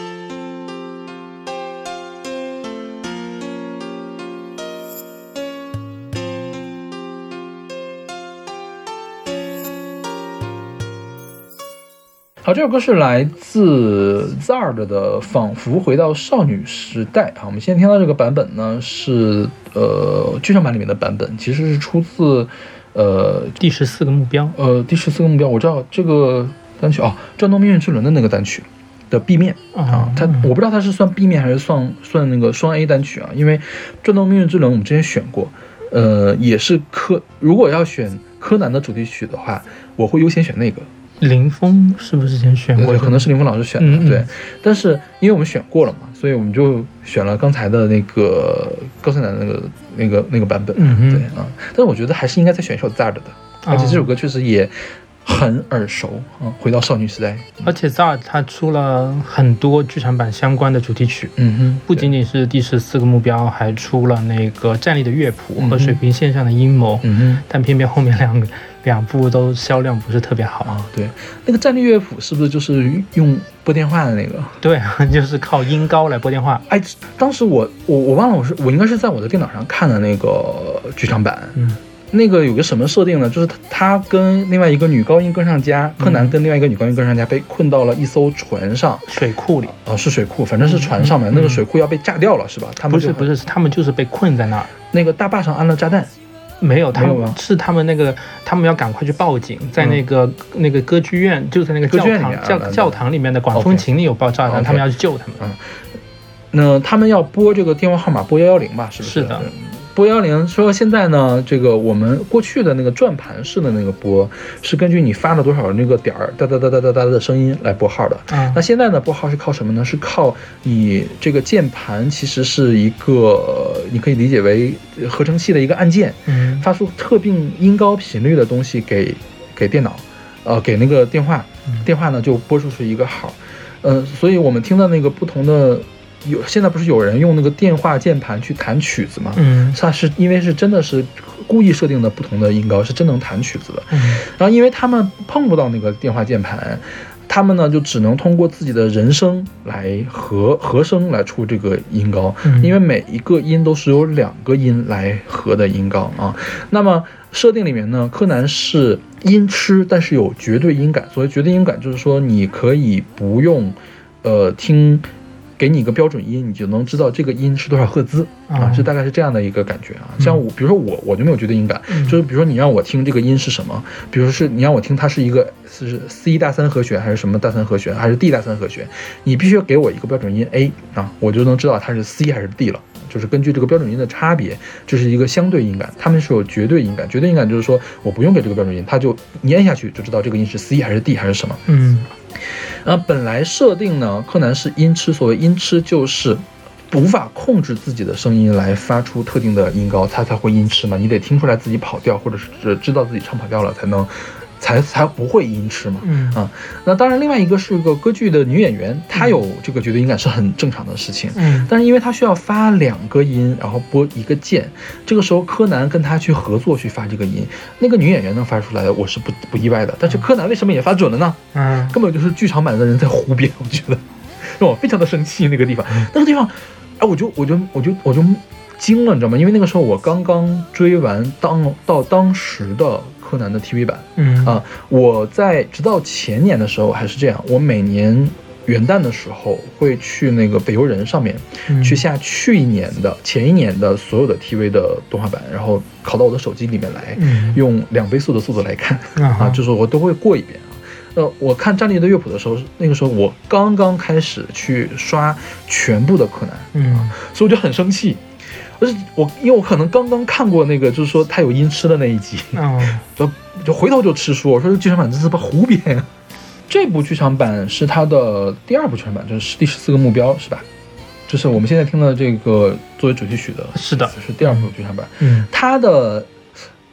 好，这首歌是来自 Zard 的《仿佛回到少女时代》啊。我们现在听到这个版本呢，是呃剧场版里面的版本，其实是出自呃第十四个目标。 呃，第十四个目标，我知道这个单曲哦，《战斗命运之轮》的那个单曲的 B 面啊，它我不知道它是算 B 面还是算算那个双 A 单曲啊，因为《战斗命运之轮》我们之前选过，呃，也是柯，如果要选柯南的主题曲的话，我会优先选那个。 林峰是不是之前选过？ 对，可能是林峰老师选的， 嗯嗯对。但是因为我们选过了嘛，所以我们就选了刚才的那个高森南的那个那个那个版本， 嗯、 对啊。但是我觉得还是应该再选一首 Zard 的，而且这首歌确实也很耳熟啊。回到少女时代， 而且 Zard 他出了很多剧场版相关的主题曲， 嗯哼， 不仅仅是第十四个目标，还出了那个战力的乐谱和水平线上的阴谋， 嗯哼， 但偏偏后面两个。两部都销量不是特别好啊，对，那个战力乐谱是不是就是用拨电话的那个？ 对啊，就是靠音高来拨电话。 哎，当时我我我忘了，我是我应该是在我的电脑上看的那个剧场版， 嗯， 那个有个什么设定呢？就是他他跟另外一个女高音歌唱家，柯南跟另外一个女高音歌唱家被困到了一艘船上， 水库里， 哦，是水库，反正是船上面，嗯、那个水库要被炸掉了，是吧？他们不是不是，他们就是被困在那儿， 那个大坝上安了炸弹。 没有，他们是他们那个，他们要赶快去报警，在那个、嗯、那个歌剧院，就在那个教堂教教堂里面的管风琴里有爆炸弹， okay, 他们要去救他们。 嗯，那他们要拨这个电话号码，拨幺幺零吧，是不是？ 是的。 拨幺零说现在呢，这个我们过去的那个转盘式的那个拨是根据你发了多少那个点儿哒哒哒哒哒哒的声音来拨号的。 嗯， 那现在呢，拨号是靠什么呢？是靠你这个键盘其实是一个，你可以理解为合成器的一个按键， 嗯， 发出特定音高频率的东西给给电脑，呃，给那个电话，电话呢就拨出去一个号，呃，所以我们听到那个不同的。有现在不是有人用那个电话键盘去弹曲子吗？ 嗯， 它是因为是真的是故意设定的不同的音高，是真能弹曲子的。 嗯， 然后因为他们碰不到那个电话键盘，他们呢就只能通过自己的人声来和和声来出这个音高， 嗯， 因为每一个音都是由两个音来和的音高啊。那么设定里面呢，柯南是音痴，但是有绝对音感。所谓绝对音感，就是说你可以不用呃听。给你一个标准音，你就能知道这个音是多少赫兹啊，这大概是这样的一个感觉啊。像我，比如说我，我就没有绝对音感， 嗯、 就是比如说你让我听这个音是什么，比如说是你让我听它是一个是 C 大三和弦还是什么大三和弦，还是 D 大三和弦，你必须要给我一个标准音 A 啊，我就能知道它是 C 还是 D 了。就是根据这个标准音的差别，这是一个相对音感，他们是有绝对音感。绝对音感就是说我不用给这个标准音，它就你按下去就知道这个音是 C 还是 D 还是什么。 嗯。 呃，本来设定呢，柯南是音痴。所谓音痴，就是无法控制自己的声音来发出特定的音高，他才会音痴嘛。你得听出来自己跑调，或者是知道自己唱跑调了，才能才才不会音痴嘛。 嗯啊，那当然，另外一个是个歌剧的女演员，她有这个绝对音感是很正常的事情。 嗯， 但是因为她需要发两个音，然后拨一个键，这个时候柯南跟她去合作去发这个音，那个女演员能发出来，我是不不意外的。但是柯南为什么也发准了呢？ 嗯， 根本就是剧场版的人在胡编，我觉得让我非常的生气。那个地方，那个地方，哎，我就我就我就我就惊了，你知道吗？因为那个时候我刚刚追完当到当时的柯南的 T V 版， 嗯啊，我在直到前年的时候还是这样，我每年元旦的时候会去那个北邮人上面、嗯、去下去一年的前一年的所有的 T V 的动画版，然后拷到我的手机里面来， 嗯、 用两倍速的速度来看、 嗯、 啊，就是我都会过一遍啊。呃，我看战力的乐谱的时候，那个时候我刚刚开始去刷全部的柯南， 嗯， 所以我就很生气。而且我因为我可能刚刚看过那个，就是说他有音痴的那一集， 哦， 就就回头就吃书，我说这剧场版这是不胡编啊。这部剧场版是他的第二部剧场版，就是第十四个目标，是吧？就是我们现在听的这个作为主题曲的， 是的， 是第二部剧场版。 嗯， 他的。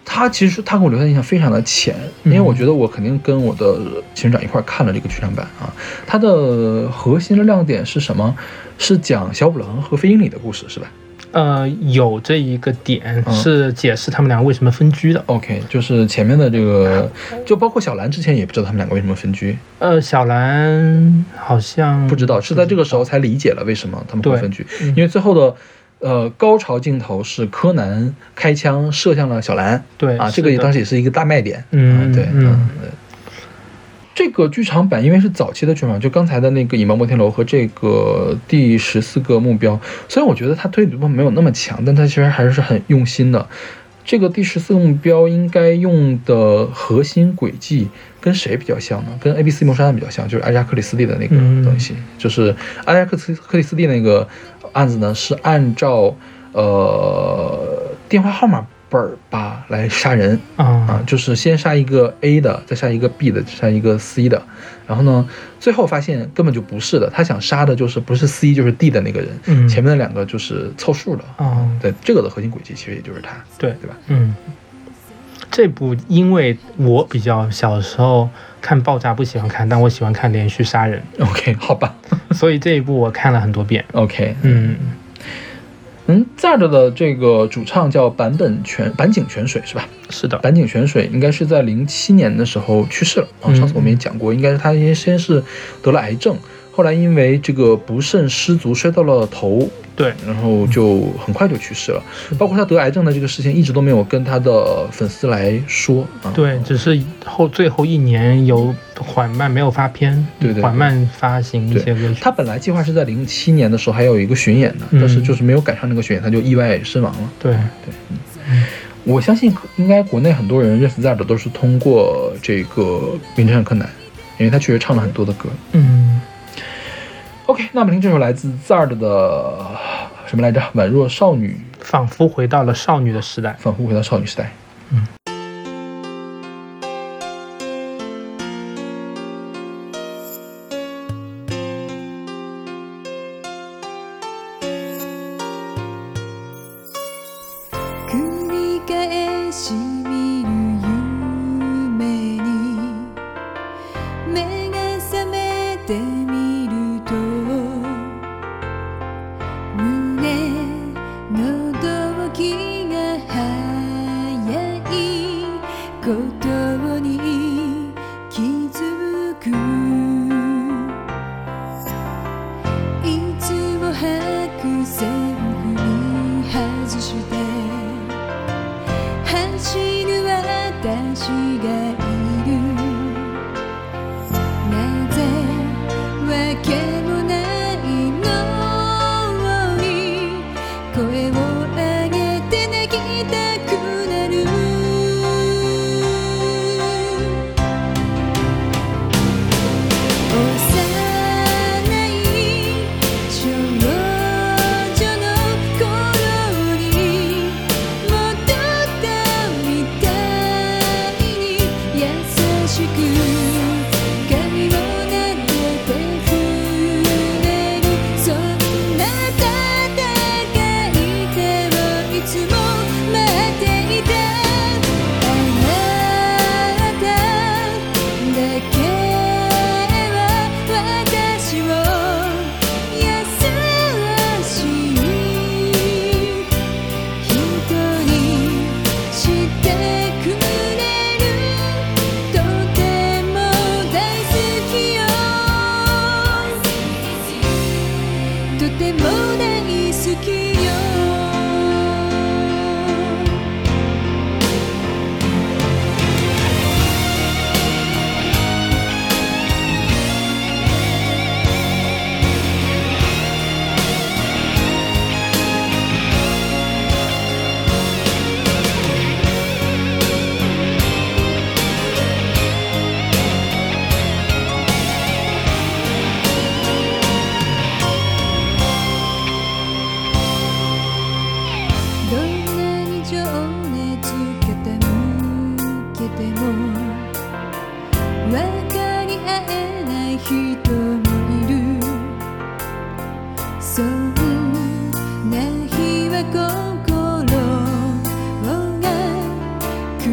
他其实他给我留下印象非常的浅，因为我觉得我肯定跟我的情人长一块看了这个剧场版啊。它的核心的亮点是什么？是讲小五郎和飞鹰里的故事，是吧？ 呃，有这一个点是解释他们俩为什么分居的。 嗯、OK， 就是前面的这个，就包括小兰之前也不知道他们两个为什么分居。 呃，小兰好像不知道，是在这个时候才理解了为什么他们会分居， 嗯、 因为最后的。呃，高潮镜头是柯南开枪射向了小兰， 对啊，这个也当时也是一个大卖点， 嗯， 啊、对， 嗯， 嗯这个剧场版因为是早期的剧场版，就刚才的那个《引爆摩天楼》和这个第十四个目标，虽然我觉得它推理部分没有那么强，但它其实还是很用心的。这个第十四个目标应该用的核心轨迹跟谁比较像呢？跟 A B C 谋杀案比较像，就是阿加克里斯蒂的那个东西，嗯、就是阿加克克里斯蒂那个案子呢，是按照呃电话号码本吧来杀人、 嗯、 啊，就是先杀一个 A 的，再杀一个 B 的，杀一个 C 的，然后呢，最后发现根本就不是的，他想杀的就是不是 C 就是 D 的那个人， 嗯、 前面的两个就是凑数的， 嗯， 对，这个的核心轨迹其实也就是他， 对对吧？ 嗯，这部因为我比较小时候看爆炸不喜欢看，但我喜欢看连续杀人。 OK， 好吧， 所以这一部我看了很多遍。 OK， 嗯。 嗯 Z A R D 的这个主唱叫坂本泉坂井泉水是吧？ 是的， 坂井泉水应该是在零七年的时候去世了啊。上次我们也讲过，应该是他先是得了癌症，后来因为这个不慎失足摔到了头， 对， 然后就很快就去世了。包括他得癌症的这个事情，一直都没有跟他的粉丝来说啊。 对，只是后最后一年有缓慢没有发片， 对 对, 对， 缓慢发行一些歌曲。 他本来计划是在零七年的时候还有一个巡演的，嗯、但是就是没有赶上那个巡演，他就意外身亡了。 对对，嗯。嗯我相信应该国内很多人认识 Z A R D 都是通过这个《名侦探柯南》，因为他确实唱了很多的歌。 嗯 OK， 那么听这首来自 Z A R D 的什么来着？宛若少女， 仿佛回到了少女的时代， 仿佛回到少女时代。 嗯。 「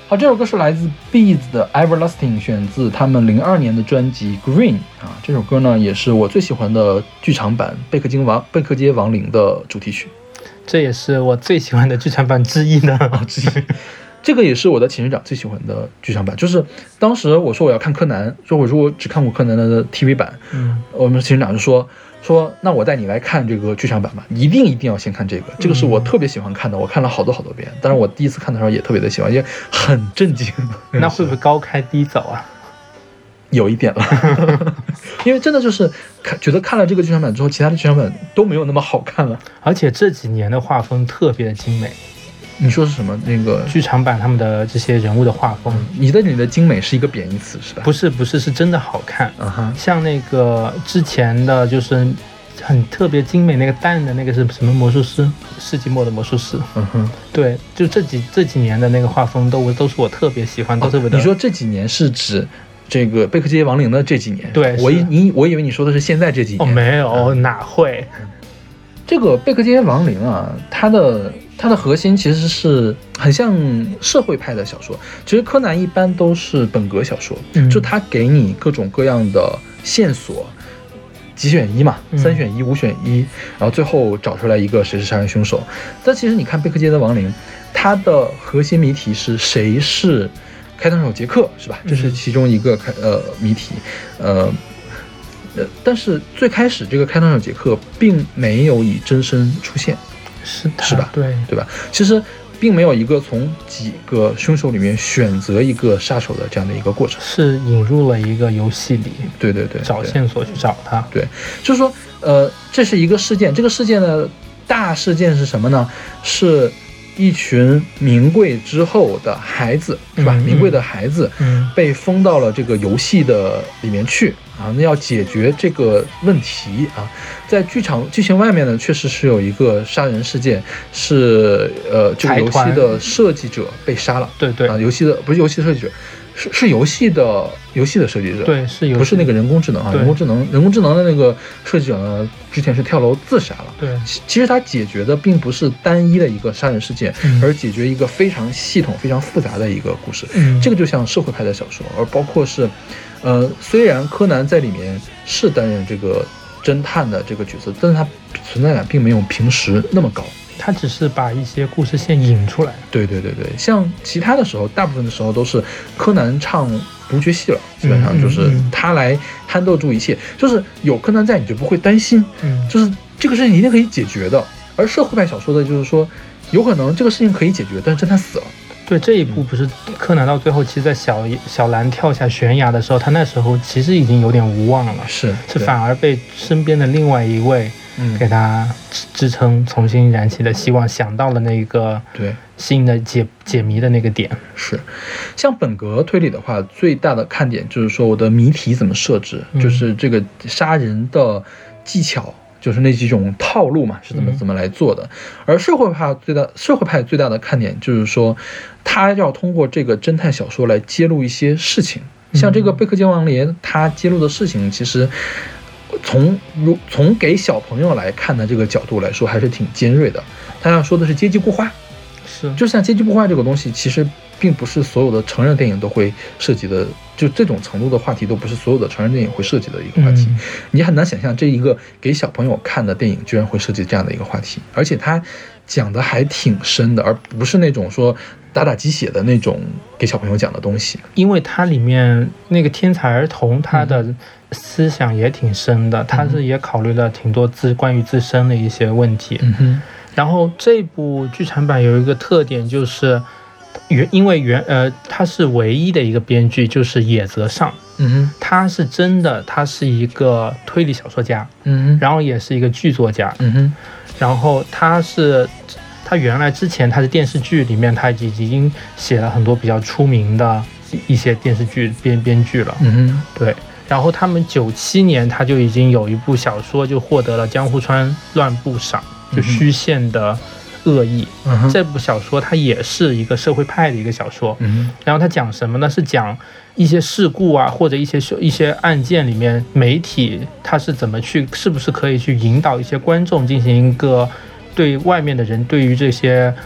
好，这首歌是来自 Beats 的 Everlasting， 选自他们零二年的专辑 Green 啊。这首歌呢，也是我最喜欢的剧场版《贝克街亡贝克街亡灵》的主题曲， 这也是我最喜欢的剧场版之一呢。 哦、之一。这个也是我的寝室长最喜欢的剧场版，就是当时我说我要看柯南，说我说我只看过柯南的 T V 版， 嗯， 我们寝室长就说。说那我带你来看这个剧场版吧，一定一定要先看这个，这个是我特别喜欢看的，我看了好多好多遍。但是我第一次看的时候也特别的喜欢，也很震惊。 那会不会高开低走啊？ 有一点了，因为真的就是看觉得看了这个剧场版之后，其他的剧场版都没有那么好看了。 而且这几年的画风特别的精美。 你说是什么？那个剧场版他们的这些人物的画风， 你的你的精美是一个贬义词是吧？ 不是不是，是真的好看。 嗯哼， 像那个之前的就是很特别精美那个蛋的那个是什么魔术师？世纪末的魔术师。 嗯哼， 对，就这几这几年的那个画风都都是我特别喜欢，都特别的。 你说这几年是指这个贝克街亡灵的这几年？ 对， 我以你我以为你说的是现在这几年。 哦，没有，嗯、哪会？ 这个贝克街亡灵啊，它的它的核心其实是很像社会派的小说。其实柯南一般都是本格小说， 嗯、 就它给你各种各样的线索，几选一嘛，三选一、五选一，然后最后找出来一个谁是杀人凶手。但其实你看贝克街的亡灵，它的核心谜题是谁是开膛手杰克，是吧？这是其中一个开呃谜题，呃。呃，但是最开始这个开膛手杰克并没有以真身出现， 是是吧？ 对对吧？其实并没有一个从几个凶手里面选择一个杀手的这样的一个过程， 是引入了一个游戏里， 对对对， 找线索去找他。 对，就是说，呃，这是一个事件，这个事件的大事件是什么呢？是一群名贵之后的孩子，是吧？ 嗯嗯、 名贵的孩子被封到了这个游戏的里面去。啊，那要解决这个问题啊，在剧场剧情外面呢，确实是有一个杀人事件，是呃这个游戏的设计者被杀了。 对对啊，游戏的不是游戏的设计者，是是游戏的游戏的设计者。 对，是游戏， 不是那个人工智能啊，人工智能人工智能的那个设计者呢，之前是跳楼自杀了。 对， 其实他解决的并不是单一的一个杀人事件， 嗯、 而解决一个非常系统、非常复杂的一个故事。 嗯， 这个就像社会派的小说，而包括是。呃，虽然柯南在里面是担任这个侦探的这个角色，但是他存在感并没有平时那么高， 他只是把一些故事线引出来。 对对对对，像其他的时候，大部分的时候都是柯南唱独角戏了，基本上就是他来handle住一切，嗯嗯、就是有柯南在，你就不会担心， 嗯， 就是这个事情一定可以解决的。而社会派小说的就是说，有可能这个事情可以解决，但是侦探死了。 对，这一部不是柯南到最后，其实在小小兰跳下悬崖的时候，他那时候其实已经有点无望了， 是是反而被身边的另外一位给他支撑，重新燃起了希望，想到了那个对新的解解谜的那个点。 是，像本格推理的话，最大的看点就是说我的谜题怎么设置，嗯、就是这个杀人的技巧。就是那几种套路嘛，是怎么怎么来做的。而社会派最大社会派最大的看点就是说，他要通过这个侦探小说来揭露一些事情。像这个贝克街亡灵，他揭露的事情，其实从如从给小朋友来看的这个角度来说，还是挺尖锐的。他要说的是阶级固化， 是就像阶级固化这个东西，其实并不是所有的成人电影都会涉及的。就这种程度的话题都不是所有的成人电影会涉及的一个话题，嗯、你很难想象这一个给小朋友看的电影居然会涉及这样的一个话题，而且它讲的还挺深的，而不是那种说打打鸡血的那种给小朋友讲的东西。 因为它里面那个天才儿童他的思想也挺深的，他、嗯、是也考虑了挺多自关于自身的一些问题。 嗯哼， 然后这部剧场版有一个特点就是。原因为原呃，他是唯一的一个编剧，就是野泽尚， 嗯哼， 他是真的，他是一个推理小说家， 嗯哼， 然后也是一个剧作家， 嗯哼， 然后他是他原来之前他是电视剧里面他已经写了很多比较出名的一些电视剧编编剧了， 嗯哼， 对，然后他们九七年他就已经有一部小说就获得了江户川乱步赏，就虚线的。恶意、 嗯、 这部小说它也是一个社会派的一个小说、 嗯、 然后它讲什么呢？是讲一些事故啊，或者一些一些案件里面媒体它是怎么去，是不是可以去引导一些观众进行一个对外面的人对于这些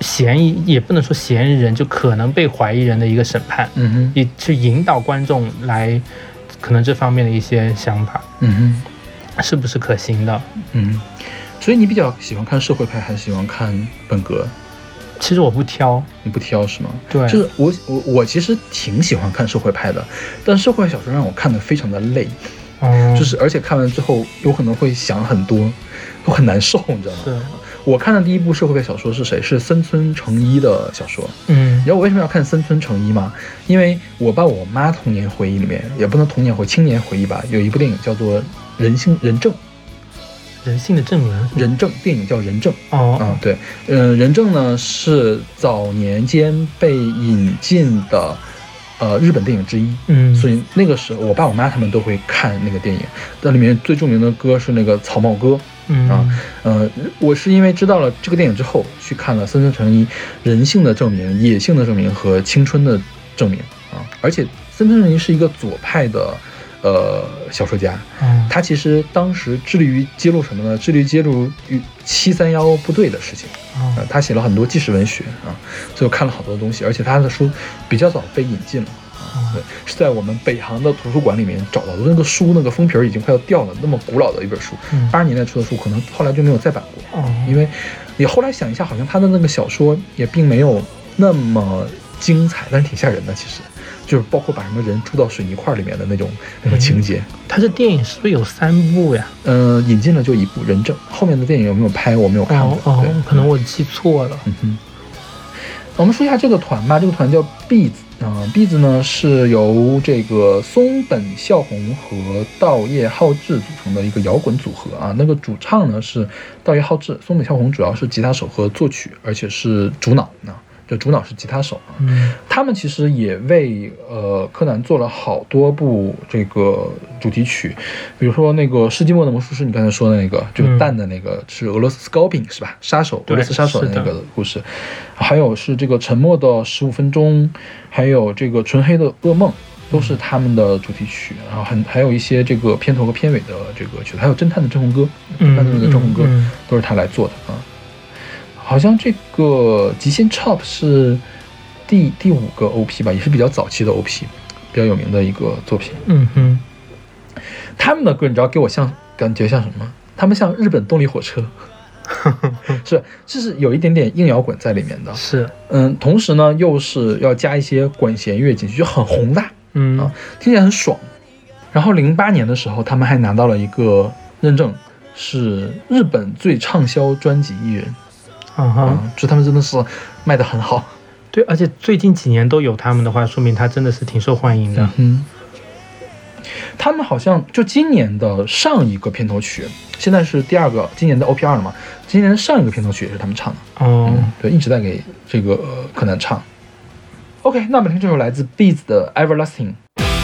嫌疑，也不能说嫌疑人，就可能被怀疑人的一个审判， 嗯哼， 也去引导观众来可能这方面的一些想法， 嗯哼，是不是可行的？ 嗯，所以你比较喜欢看社会派还是喜欢看本格？ 其实我不挑。 你不挑是吗？ 对， 就是我我我其实挺喜欢看社会派的，但社会小说让我看的非常的累， 嗯， 就是而且看完之后有可能会想很多，都很难受，你知道吗？ 是。 我看的第一部社会派小说是谁？是森村诚一的小说。 嗯， 你知道我为什么要看森村诚一吗？因为我爸我妈童年回忆里面，也不能童年回青年回忆吧，有一部电影叫做《人性人证》。 人性的证明， 人证电影叫人证。 哦， 啊，对，嗯，人证呢是早年间被引进的，呃，日本电影之一。嗯，所以那个时候我爸我妈他们都会看那个电影，那里面最著名的歌是那个草帽歌。嗯啊，呃，我是因为知道了这个电影之后，去看了森村诚一《人性的证明》《野性的证明》和《青春的证明》啊，而且森村诚一是一个左派的。呃，小说家，嗯，他其实当时致力于揭露什么呢？致力于揭露与七三幺部队的事情，啊、呃，他写了很多纪实文学啊，所以我看了好多东西，而且他的书比较早被引进了啊，对，是在我们北航的图书馆里面找到的。那个书那个封皮已经快要掉了，那么古老的一本书，八十年代出的书，可能后来就没有再版过，哦，因为你后来想一下，好像他的那个小说也并没有那么精彩，但是挺吓人的，其实。就是包括把什么人住到水泥块里面的那种那个情节。 它这电影是不是有三部呀？ 呃，引进了就一部《人证》，后面的电影有没有拍我没有看过。 哦，哦可能我记错了。 嗯哼。我们说一下这个团吧，这个团叫 Beats 啊 ，Beats 呢是由这个松本孝宏和稻叶浩志组成的一个摇滚组合啊。那个主唱呢是稻叶浩志，松本孝宏主要是吉他手和作曲，而且是主脑呢。就主脑是吉他手啊，嗯，他们其实也为呃柯南做了好多部这个主题曲，比如说那个世纪末的魔术师，你刚才说的那个，就是蛋的那个，嗯、是俄罗斯 Scalping 是吧？杀手，俄罗斯杀手的那个故事，还有是这个沉默的十五分钟，还有这个纯黑的噩梦，都是他们的主题曲。然后很还有一些这个片头和片尾的这个曲，还有侦探的镇魂歌，侦探的那个镇魂歌、嗯嗯、都是他来做的啊。好像这个极限 Chop 是第第五个 O P 吧，也是比较早期的 O P， 比较有名的一个作品。 嗯哼， 他们的歌你知道给我像感觉像什么？他们像日本动力火车，是，就是有一点点硬摇滚在里面的。 是， 嗯，同时呢又是要加一些管弦乐进去，就很宏大， 嗯啊，听起来很爽。然后零八年的时候，他们还拿到了一个认证，是日本最畅销专辑艺人。 啊哈、 嗯，就他们真的是卖得很好， 对，而且最近几年都有他们的话，说明他真的是挺受欢迎的。 嗯，他们好像就今年的上一个片头曲，现在是第二个，今年的 O P 二了嘛？今年上一个片头曲也是他们唱的。 哦、嗯， 对，一直在给这个、呃、柯南唱。OK， 那我们听这首来自 Beats 的 Everlasting。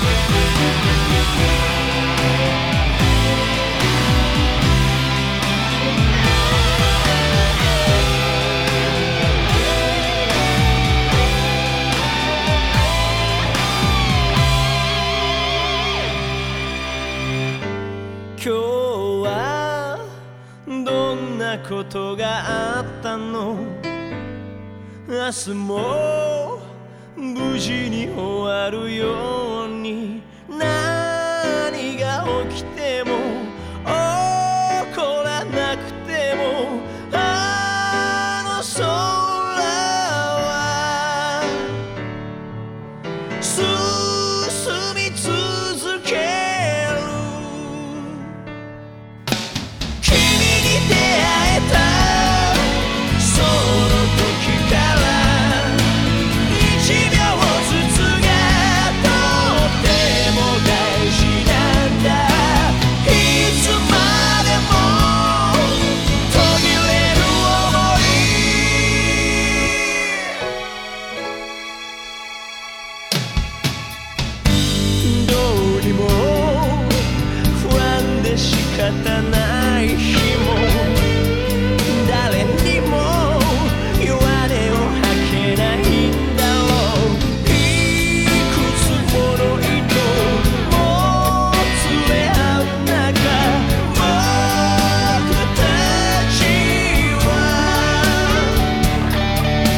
ことがあったの明日も無事に終わるように何が起きても怒らなくてもあの空は進み続ける君に出会えたその時から一秒ずつがとっても大事なんだいつまでも途切れる想いどうにも不安で仕方ない日も誰にも弱音を吐けないんだろういくつもの糸もつれ合う中僕たちは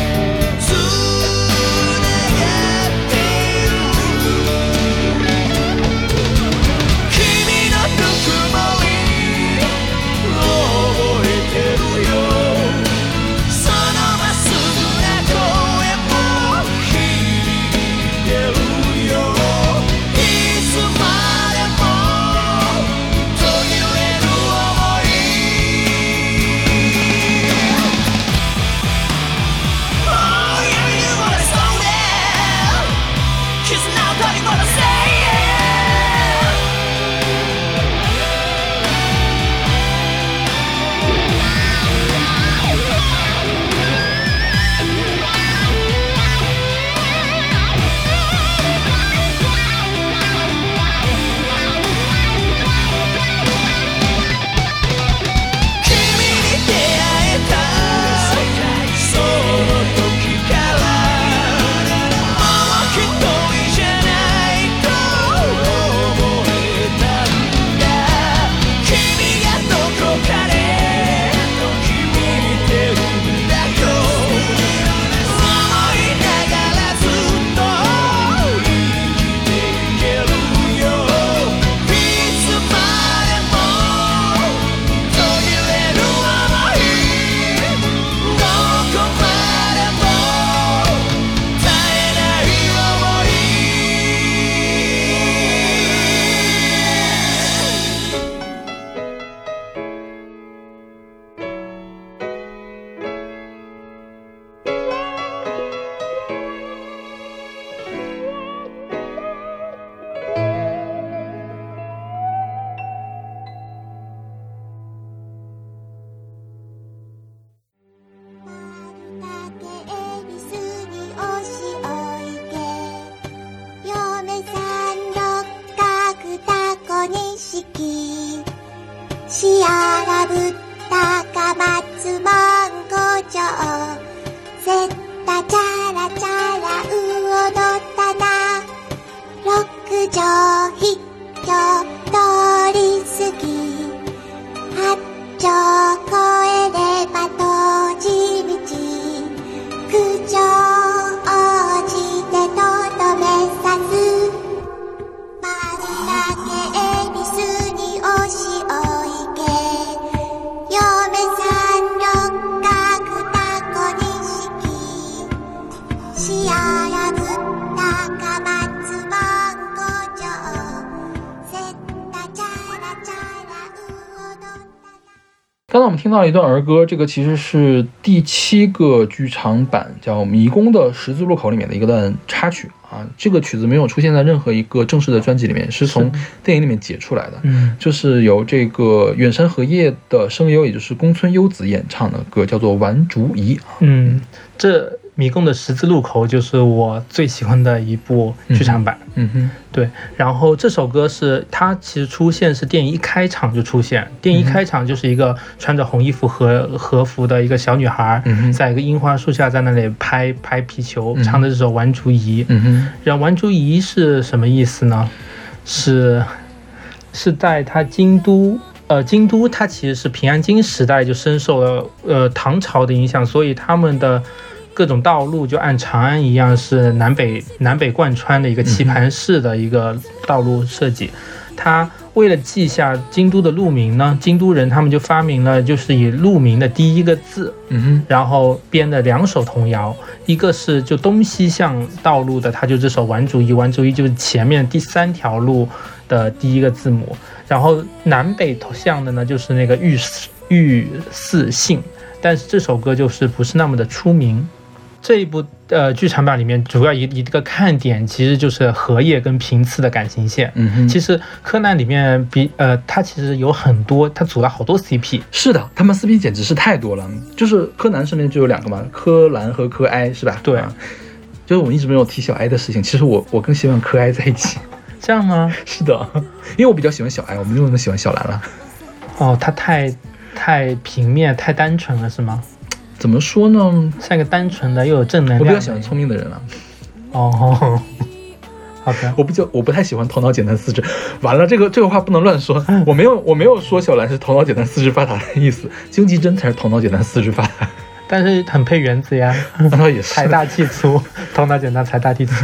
刚才我们听到了一段儿歌，这个其实是第七个剧场版叫《迷宫的十字路口》里面的一个段插曲啊。这个曲子没有出现在任何一个正式的专辑里面，是从电影里面解出来的。 嗯， 就是由这个远山和叶的声优，也就是宫村优子演唱的歌，叫做《丸竹仪》。 嗯，这迷宫的十字路口就是我最喜欢的一部剧场版。 嗯哼， 对。然后这首歌是它其实出现是电影一开场就出现，电影一开场就是一个穿着红衣服和和服的一个小女孩， 嗯、 在一个樱花树下在那里拍拍皮球，唱的这首《丸竹仪》。 嗯哼， 然后《丸竹仪》是什么意思呢？是是在它京都。呃，京都它其实是平安京时代就深受了呃唐朝的影响，所以他们的各种道路就按长安一样是南北南北贯穿的一个棋盘式的一个道路设计。它为了记下京都的路名呢，京都人他们就发明了就是以路名的第一个字， 嗯哼， 然后编的两首童谣，一个是就东西向道路的，它就这首丸竹仪，丸竹仪就是前面第三条路的第一个字母。然后南北向的呢，就是那个御御四姓，但是这首歌就是不是那么的出名。这一部呃剧场版里面，主要一一个看点其实就是荷叶跟平次的感情线。 嗯哼， 其实柯南里面比呃，它其实有很多，它组了好多 C P。 是的，他们 C P 简直是太多了。就是柯南身边就有两个嘛，柯蓝和柯哀，是吧？ 对， 啊、就是我们一直没有提小哀的事情。其实我我更希望柯哀在一起。 这样吗？ 是的，因为我比较喜欢小哀，我没有那么喜欢小兰了。 哦，他太太平面、太单纯了，是吗？ 怎么说呢？ 像一个单纯的又有正能量。 我比较喜欢聪明的人了。 哦，好的。 我不就我不太喜欢头脑简单四肢。完了，这个这个话不能乱说。我没有我没有说小兰是头脑简单四肢发达的意思，金吉珍才是头脑简单四肢发达。 但是很配原子呀， 那也是财大气粗，头脑简单，财大气粗。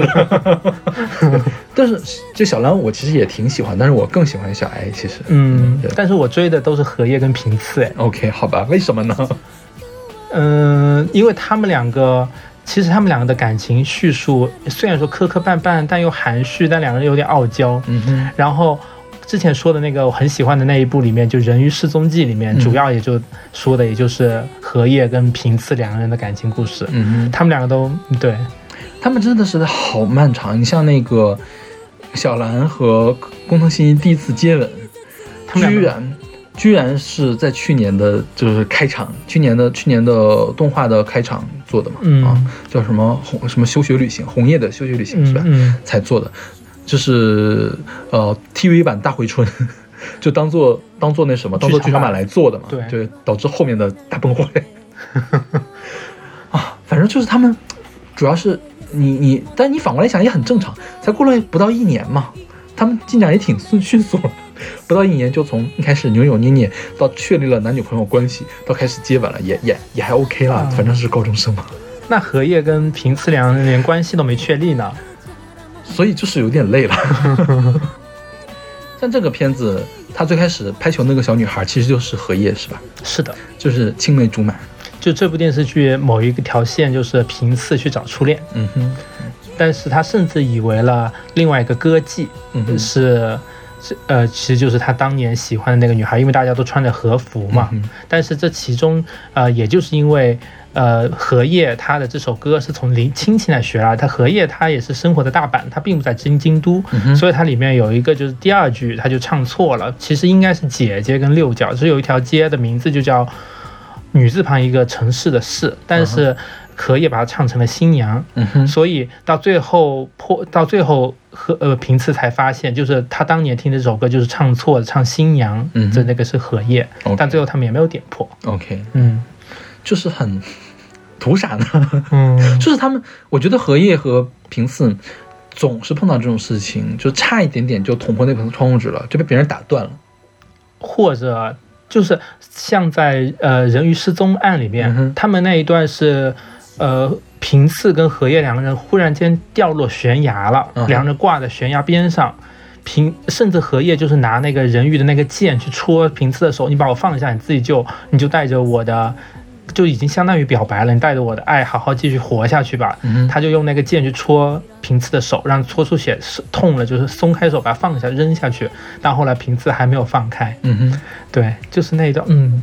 但是这小兰我其实也挺喜欢，但是我更喜欢小哀。其实， 嗯，但是我追的都是荷叶跟平次。哎 ，OK， 好吧，为什么呢？ 嗯，因为他们两个，其实他们两个的感情叙述虽然说磕磕绊绊，但又含蓄，但两个人有点傲娇。 嗯哼， 然后。之前说的那个我很喜欢的那一部里面，就《人鱼失踪记》里面，主要也就说的也就是荷叶跟平次两个人的感情故事。 嗯， 他们两个都对， 他们真的是好漫长。你像那个小兰和工藤新一第一次接吻，居然居然是在去年的就是开场，去年的去年的动画的开场做的嘛， 嗯啊，叫什么红什么休学旅行，红叶的休学旅行是吧？ 嗯，嗯才做的。就是呃 T V 版大回春，就当做当做那什么，当做剧场版来做的嘛， 对， 就导致后面的大崩坏。啊，反正就是他们，主要是你你，但你反过来想也很正常，才过了不到一年嘛，他们进展也挺迅速了，不到一年就从一开始扭扭捏捏到确立了男女朋友关系，到开始接吻了，也也也还 OK 了，反正是高中生嘛。 那荷叶跟平次两人连关系都没确立呢。 所以就是有点累了。像这个片子，他最开始拍球那个小女孩其实就是荷叶，是吧？ 是的， 就是青梅竹马。 就这部电视剧某一个条线就是平次去找初恋， 嗯哼， 但是他甚至以为了另外一个歌妓，嗯哼，是是呃，其实就是他当年喜欢的那个女孩，因为大家都穿着和服嘛。嗯、但是这其中呃，也就是因为。呃，荷叶他的这首歌是从林亲戚那学来的，他荷叶他也是生活在大阪，他并不在京京都，嗯、所以它里面有一个就是第二句他就唱错了，其实应该是姐姐跟六角，是有一条街的名字就叫女字旁一个城市的市，但是荷叶把它唱成了新娘，嗯、所以到最后破到最后和呃平次才发现，就是他当年听这首歌就是唱错了，唱新娘，嗯，这那个是荷叶， okay. 但最后他们也没有点破 ，OK， 嗯， 就是很。图啥呢？ 嗯， 就是他们，我觉得荷叶和平次总是碰到这种事情，就差一点点就捅破那层窗户纸了，就被别人打断了， 或者就是像在呃人鱼失踪案里面，嗯、他们那一段是呃平次跟荷叶两个人忽然间掉落悬崖了，嗯、两个人挂在悬崖边上。平甚至荷叶就是拿那个人鱼的那个剑去戳平次的手，你把我放下，你自己就你就带着我的就已经相当于表白了，你带着我的爱好好继续活下去吧。 嗯、 他就用那个剑去戳平次的手，让戳出血，痛了就是松开手把他放下扔下去，但后来平次还没有放开。 嗯哼， 对，就是那一段，嗯。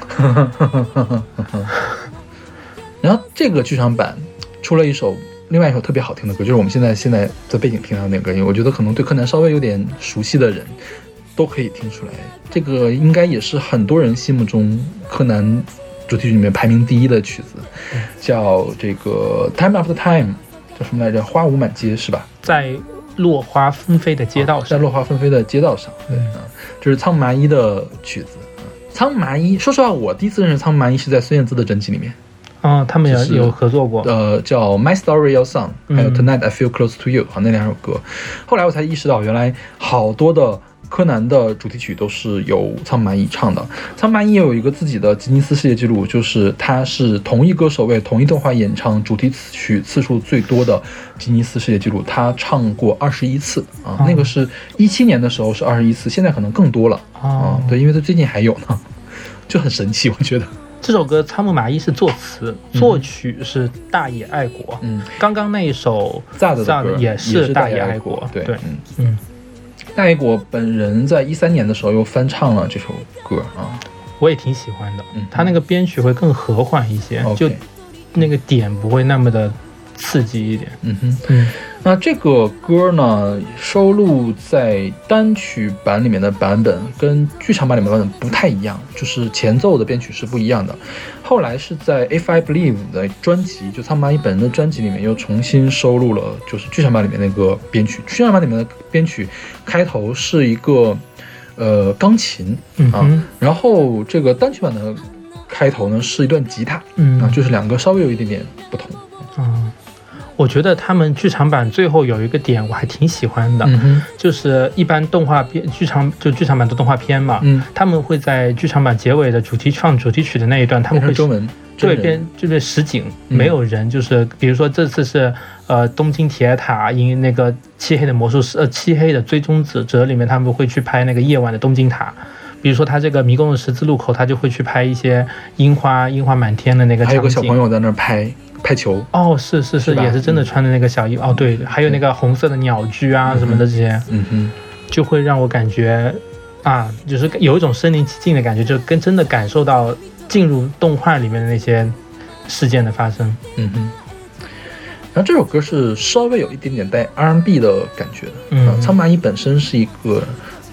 然后这个剧场版出了一首另外一首特别好听的歌，就是我们现在现在在背景听到的那个歌，因为我觉得可能对柯南稍微有点熟悉的人都可以听出来，这个应该也是很多人心目中柯南主题曲里面排名第一的曲子，叫这个 Time After Time， 叫什么来着？花舞满街是吧？ 在落花纷飞的街道上， 在落花纷飞的街道上，对啊、嗯，这是仓麻衣的曲子。仓麻衣，说实话，我第一次认识仓麻衣是在孙燕姿的专辑里面。 哦，他们也有合作过。 呃，叫 My Story Your Song， 还有 Tonight I Feel Close to You 啊、嗯，那两首歌。后来我才意识到，原来好多的柯南的主题曲都是由仓麻衣唱的。仓麻衣也有一个自己的吉尼斯世界纪录，就是他是同一歌手为同一动画演唱主题曲次数最多的吉尼斯世界纪录，他唱过二十一次啊、哦，那个是一七年的时候是二十一次，现在可能更多了啊、哦。对，因为他最近还有呢，就很神奇，我觉得。 这首歌仓木麻衣是作词，作曲是大野爱国。嗯，刚刚那一首炸的歌也是大野爱国。 对对， 嗯嗯。大野国本人在一三年的时候又翻唱了这首歌啊， 我也挺喜欢的。嗯，他那个编曲会更和缓一些， 嗯、 就那个点不会那么的刺激一点。 嗯哼，嗯，那这个歌呢，收录在单曲版里面的版本跟剧场版里面的版本不太一样，就是前奏的编曲是不一样的。后来是在 If I Believe 的专辑，就仓麻衣本人的专辑里面又重新收录了，就是剧场版里面那个编曲。剧场版里面的编曲开头是一个呃钢琴啊、 嗯， 然后这个单曲版的开头呢是一段吉他， 嗯啊，就是两个稍微有一点点不同。 嗯，我觉得他们剧场版最后有一个点我还挺喜欢的， 嗯、 就是一般动画片剧场就剧场版的动画片嘛， 嗯， 他们会在剧场版结尾的主题放主题曲的那一段，他们会中文对变就是实景、嗯、没有人，就是比如说这次是呃东京铁塔因那个漆黑的魔术师呃漆黑的追踪者里面，他们会去拍那个夜晚的东京塔。比如说他这个迷宫的十字路口，他就会去拍一些樱花樱花满天的那个场景， 还有个小朋友在那儿拍拍球。 哦，是是 是, 是也是真的穿的那个小衣、嗯、哦，对，还有那个红色的鸟居啊、嗯、什么的这些， 嗯哼， 就会让我感觉啊，就是有一种身临其境的感觉，就跟真的感受到进入动画里面的那些事件的发生。 嗯哼。然后这首歌是稍微有一点点带 R and B 的感觉的， 嗯， 仓麻衣本身是一个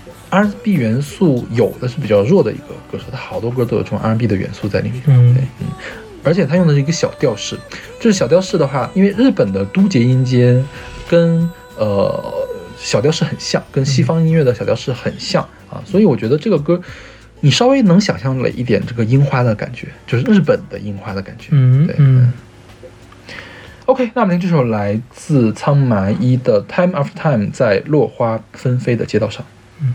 R and B 元素有的是比较弱的一个歌手，他好多歌都有这种 R and B 的元素在里面。 嗯， 对，嗯，而且他用的是一个小调式，就是小调式的话，因为日本的都节音阶跟呃小调式很像，跟西方音乐的小调式很像、嗯、啊，所以我觉得这个歌你稍微能想象了一点这个樱花的感觉，就是日本的樱花的感觉。 嗯， 对， 嗯。 OK， 那我们听这首来自仓麻衣的 Time After Time， 在落花纷飞的街道上。 嗯。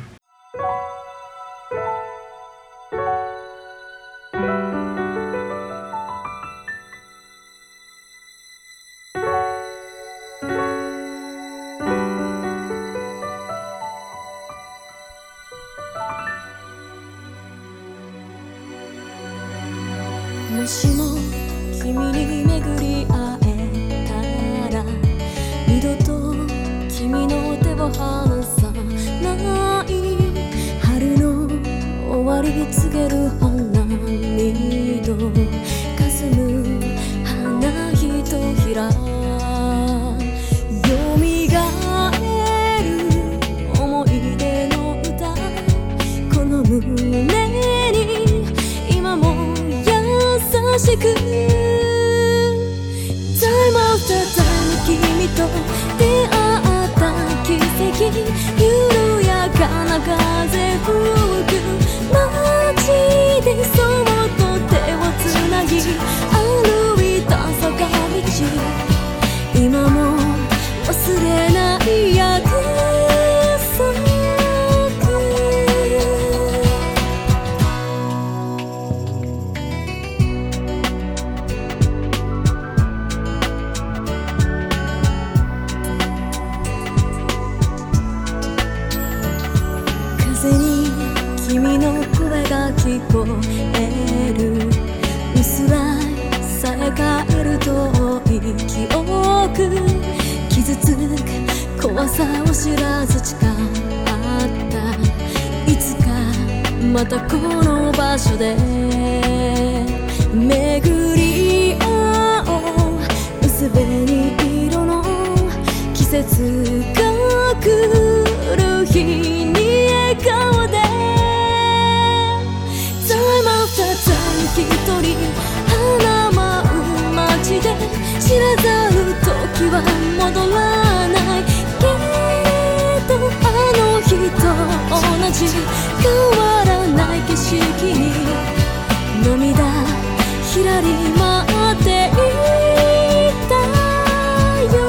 もしも君に巡り会えたら二度と君の手を離さない春の終わり告げる花見と霞む花ひとひらよみがえる思い出の歌この胸に今も優しく Time after time 君と出会った奇跡緩やかな風吹く街でそっと手をつなぎ歩いた坂道今も忘れない約束君の声が聞こえる薄ら返る遠い記憶傷つく怖さを知らず誓ったいつかまたこの場所で巡り合おう薄紅色の季節が来る日に笑顔で Time after time 一人花舞う街で知らざる時は戻らないけどあの日と同じ変わらない景色に涙ひらり舞っていたよ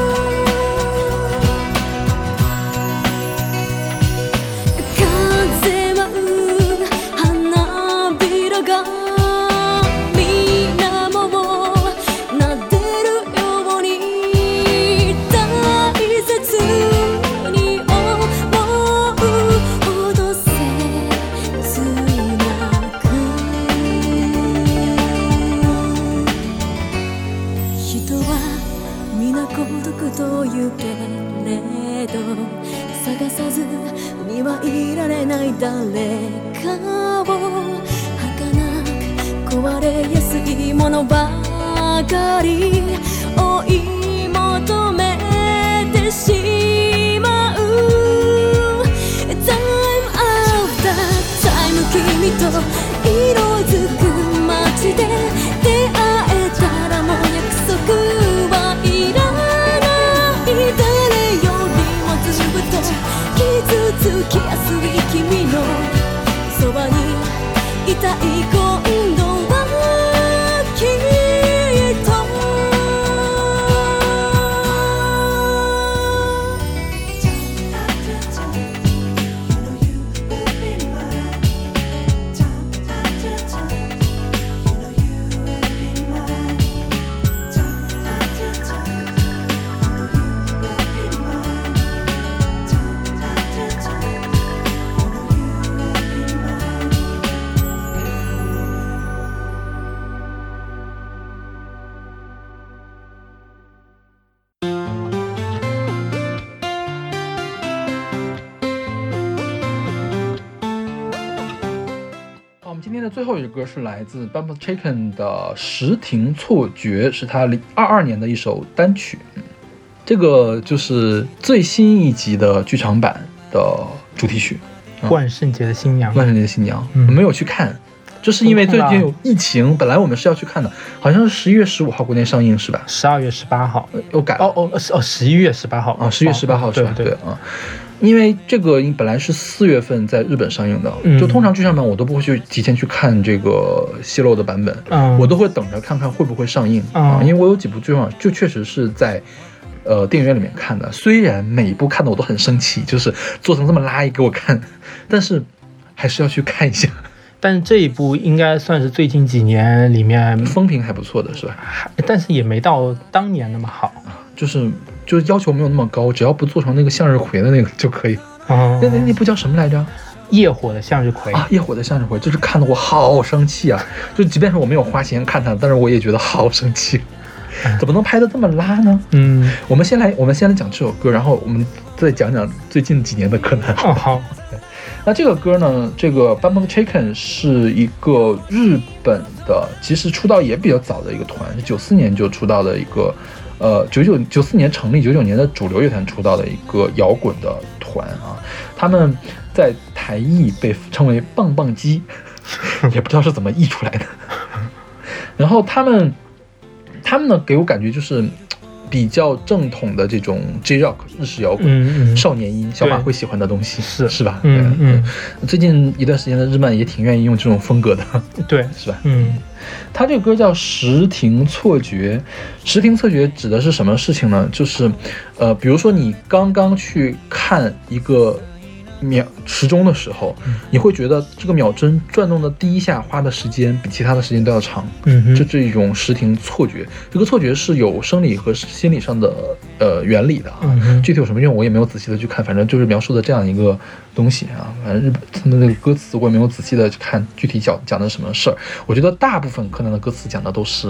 風舞う花びらが水面を撫でるように大切に思うほど切なく人は皆孤独というけれど探さずにはいられない誰かを儚く壊れやすいものばかり追い求めてしまう Time after time 君と色づく街で出会えたらもう約束はいらない誰よりもずっと傷つきやすい君のそばにいたい今度はきっと好，我们今天的最后一首歌是来自 Bamboo Chicken 的《时停错觉》，是他零二二年的一首单曲。嗯，这个就是最新一集的剧场版的主题曲，嗯、 万圣节的新娘。 万圣节的新娘， 嗯我没有去看，就是因为最近有疫情，本来我们是要去看的，好像是十一月十五号国内上映是吧？ 十二月十八号， 呃又改了哦哦是哦，十一月十八号啊，十月十八号是吧？ 对对啊。因为这个本来是四月份在日本上映的， 嗯就通常剧场版我都不会去提前去看这个泄露的版本， 嗯我都会等着看看会不会上映、 嗯啊。因为我有几部剧场就确实是在呃电影院里面看的，虽然每一部看的我都很生气，就是做成这么拉一给我看，但是还是要去看一下。 但是这一部应该算是最近几年里面风评还不错的是吧？ 但是也没到当年那么好， 就是就是要求没有那么高，只要不做成那个向日葵的那个就可以。 哦， 那那那部叫什么来着？ 夜火的向日葵啊，夜火的向日葵，就是看得我好生气啊！就即便是我没有花钱看它，但是我也觉得好生气，怎么能拍得这么拉呢？ 嗯， 我们先来，我们先来讲这首歌，然后我们再讲讲最近几年的柯南。 哦好。 那这个歌呢，这个 Bamboo Chicken 是一个日本的，其实出道也比较早的一个团，是九四年就出道的一个，呃，九九九四年成立，九九年的主流乐团出道的一个摇滚的团啊。他们在台译被称为棒棒鸡，也不知道是怎么译出来的。然后他们，他们呢给我感觉就是比较正统的这种 J-Rock 日式摇滚、 嗯嗯、 少年音，小马会喜欢的东西， 是是吧？ 嗯嗯。 最近一段时间的日漫也挺愿意用这种风格的， 对， 是吧？ 嗯。 他这个歌叫《时停错觉》，时停错觉指的是什么事情呢？就是，呃，比如说你刚刚去看一个秒时钟的时候， 嗯、 你会觉得这个秒针转动的第一下花的时间比其他的时间都要长， 嗯， 这是一种时停错觉。这个错觉是有生理和心理上的呃原理的啊， 嗯、 具体有什么用我也没有仔细的去看，反正就是描述的这样一个东西啊。反正日本他的那个歌词我也没有仔细的去看具体讲讲的什么事儿。我觉得大部分柯南的歌词讲的都是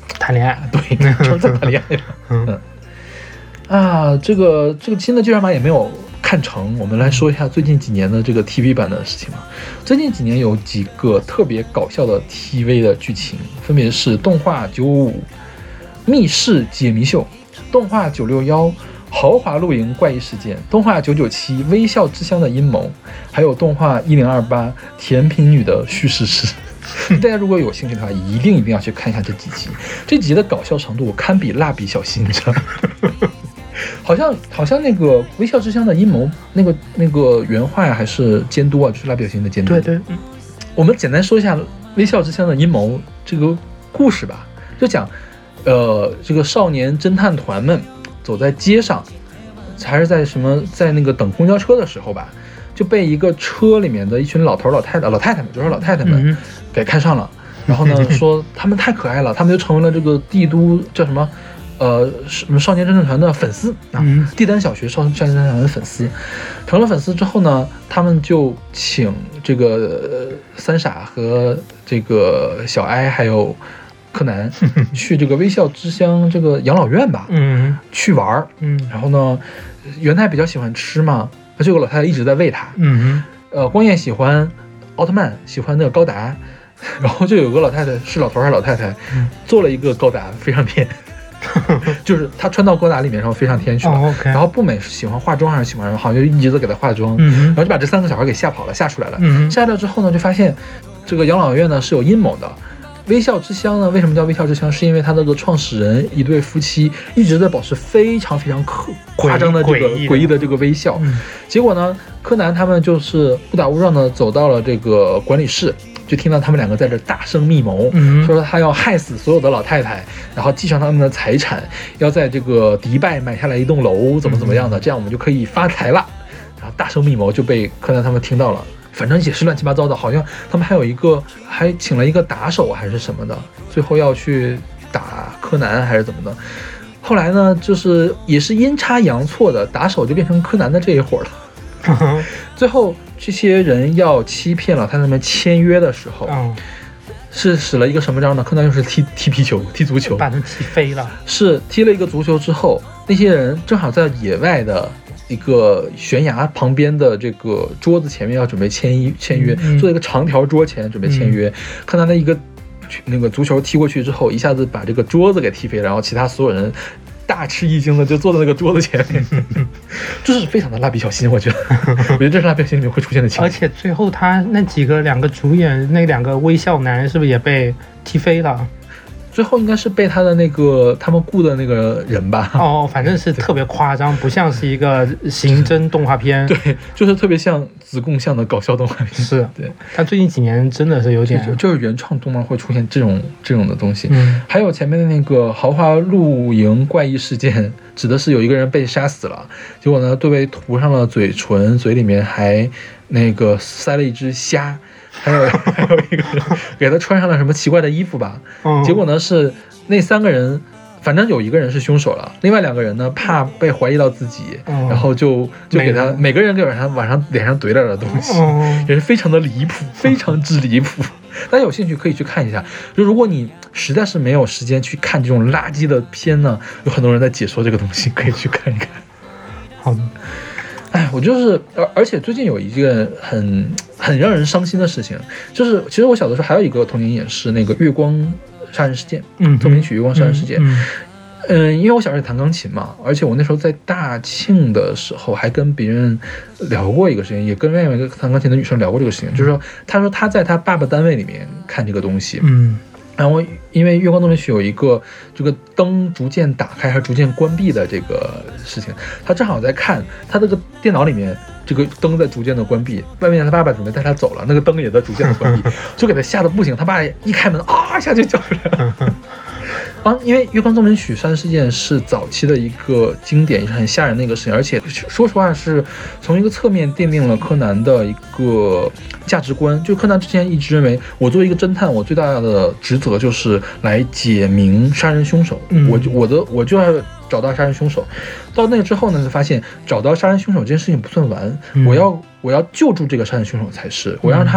谈恋爱， 对，就是在谈恋爱。嗯啊，这个这个新的剧场版也没有看成，我们来说一下最近几年的这个 T V 版的事情吧。最近几年有几个特别搞笑的 T V 的剧情，分别是动画九五五密室解谜秀、动画九六幺豪华露营怪异事件、动画九九七微笑之乡的阴谋，还有动画一零二八甜品女的叙事诗。大家如果有兴趣的话，一定一定要去看一下这几集，这几集的搞笑程度堪比蜡笔小新，你知道吗？好像好像那个微笑之乡的阴谋，那个那个原画还是监督啊，就是蜡笔小新的监督。 对对，嗯， 我们简单说一下微笑之乡的阴谋这个故事吧，就讲，呃，这个少年侦探团们走在街上，还是在什么在那个等公交车的时候吧，就被一个车里面的一群老头老太太老太太们，就是老太太们给看上了，然后呢说他们太可爱了，他们就成为了这个帝都叫什么？呃，什么少年侦探团的粉丝啊？ 嗯、 帝丹小学少少年侦探团的粉丝，成了粉丝之后呢，他们就请这个、呃、三傻和这个小哀还有柯南去这个微笑之乡这个养老院吧， 嗯， 去玩儿， 嗯， 然后呢，元太比较喜欢吃嘛，这个老太太一直在喂他， 嗯， 呃，光彦喜欢奥特曼，喜欢那个高达，然后就有个老太太是老头还是老太太，嗯、做了一个高达飞上天。就是他穿到高达里面，然后飞上天去了。 Oh, okay. 然后步美是喜欢化妆还是喜欢，好像就一直在给他化妆，嗯、然后就把这三个小孩给吓跑了，吓出来了。嗯、吓出来之后呢，就发现这个养老院呢是有阴谋的。微笑之乡呢，为什么叫微笑之乡？是因为他那个创始人一对夫妻一直在保持非常非常可夸张的这个诡异的这个微笑。嗯、结果呢，柯南他们就是误打误撞的走到了这个管理室。就听到他们两个在这大声密谋，嗯、说他要害死所有的老太太，然后继承他们的财产，要在这个迪拜买下来一栋楼，怎么怎么样的，嗯、这样我们就可以发财了。然后大声密谋就被柯南他们听到了，反正也是乱七八糟的，好像他们还有一个还请了一个打手还是什么的，最后要去打柯南还是怎么的。后来呢，就是也是阴差阳错的，打手就变成柯南的这一伙了。最后这些人要欺骗老太太们签约的时候，嗯、是使了一个什么招呢？柯南又是踢踢皮球、踢足球， 把人踢飞了。 是踢了一个足球之后，那些人正好在野外的一个悬崖旁边的这个桌子前面要准备签一签约，嗯、做一个长条桌前准备签约。嗯、柯南的一个那个足球踢过去之后，一下子把这个桌子给踢飞了，然后其他所有人大吃一惊的就坐在那个桌子前面，这是非常的蜡笔小新，我觉得，我觉得这是蜡笔小新里面会出现的情况。 而且最后他那几个两个主演那两个微笑男是不是也被踢飞了？ 最后应该是被他的那个他们雇的那个人吧。 哦，反正是特别夸张，不像是一个刑侦动画片。 对，就是特别像子贡像的搞笑动画片。 是， 对。 他最近几年真的是有点， 就就是原创动漫会出现这种这种的东西。 嗯， 还有前面的那个豪华露营怪异事件，指的是有一个人被杀死了，结果呢，对被涂上了嘴唇，嘴里面还那个塞了一只虾。还有还有一个人给他穿上了什么奇怪的衣服吧，嗯、结果呢是那三个人，反正有一个人是凶手了，另外两个人呢怕被怀疑到自己，嗯、然后就就给他每个人给晚上晚上脸上怼点的东西，嗯、也是非常的离谱，非常之离谱。大家有兴趣可以去看一下，就如果你实在是没有时间去看这种垃圾的片呢，有很多人在解说这个东西，可以去看一看。 好的。 哎，我就是，而而且最近有一个很很让人伤心的事情，就是其实我小的时候还有一个童年也是那个月光杀人事件，嗯，奏鸣曲月光杀人事件，嗯，嗯，因为我小时候弹钢琴嘛，而且我那时候在大庆的时候还跟别人聊过一个事情，也跟另外一个弹钢琴的女生聊过这个事情，就是说，她说她在她爸爸单位里面看这个东西，嗯。然后因为月光奏鸣曲有一个这个灯逐渐打开还是逐渐关闭的这个事情，他正好在看他这个电脑里面这个灯在逐渐的关闭，外面他爸爸准备带他走了，那个灯也在逐渐的关闭，就给他吓得不行，他爸一开门啊一下就叫出来了。啊，因为月光奏鸣曲杀人事件是早期的一个经典，也是很吓人的一个事情，而且说实话是从一个侧面奠定了柯南的一个价值观。就柯南之前一直认为，我作为一个侦探，我最大的职责就是来解明杀人凶手，嗯、我就我的我就要找到杀人凶手。到那个之后呢，就发现找到杀人凶手这件事情不算完，嗯、我要我要救助这个杀人凶手才是，我让他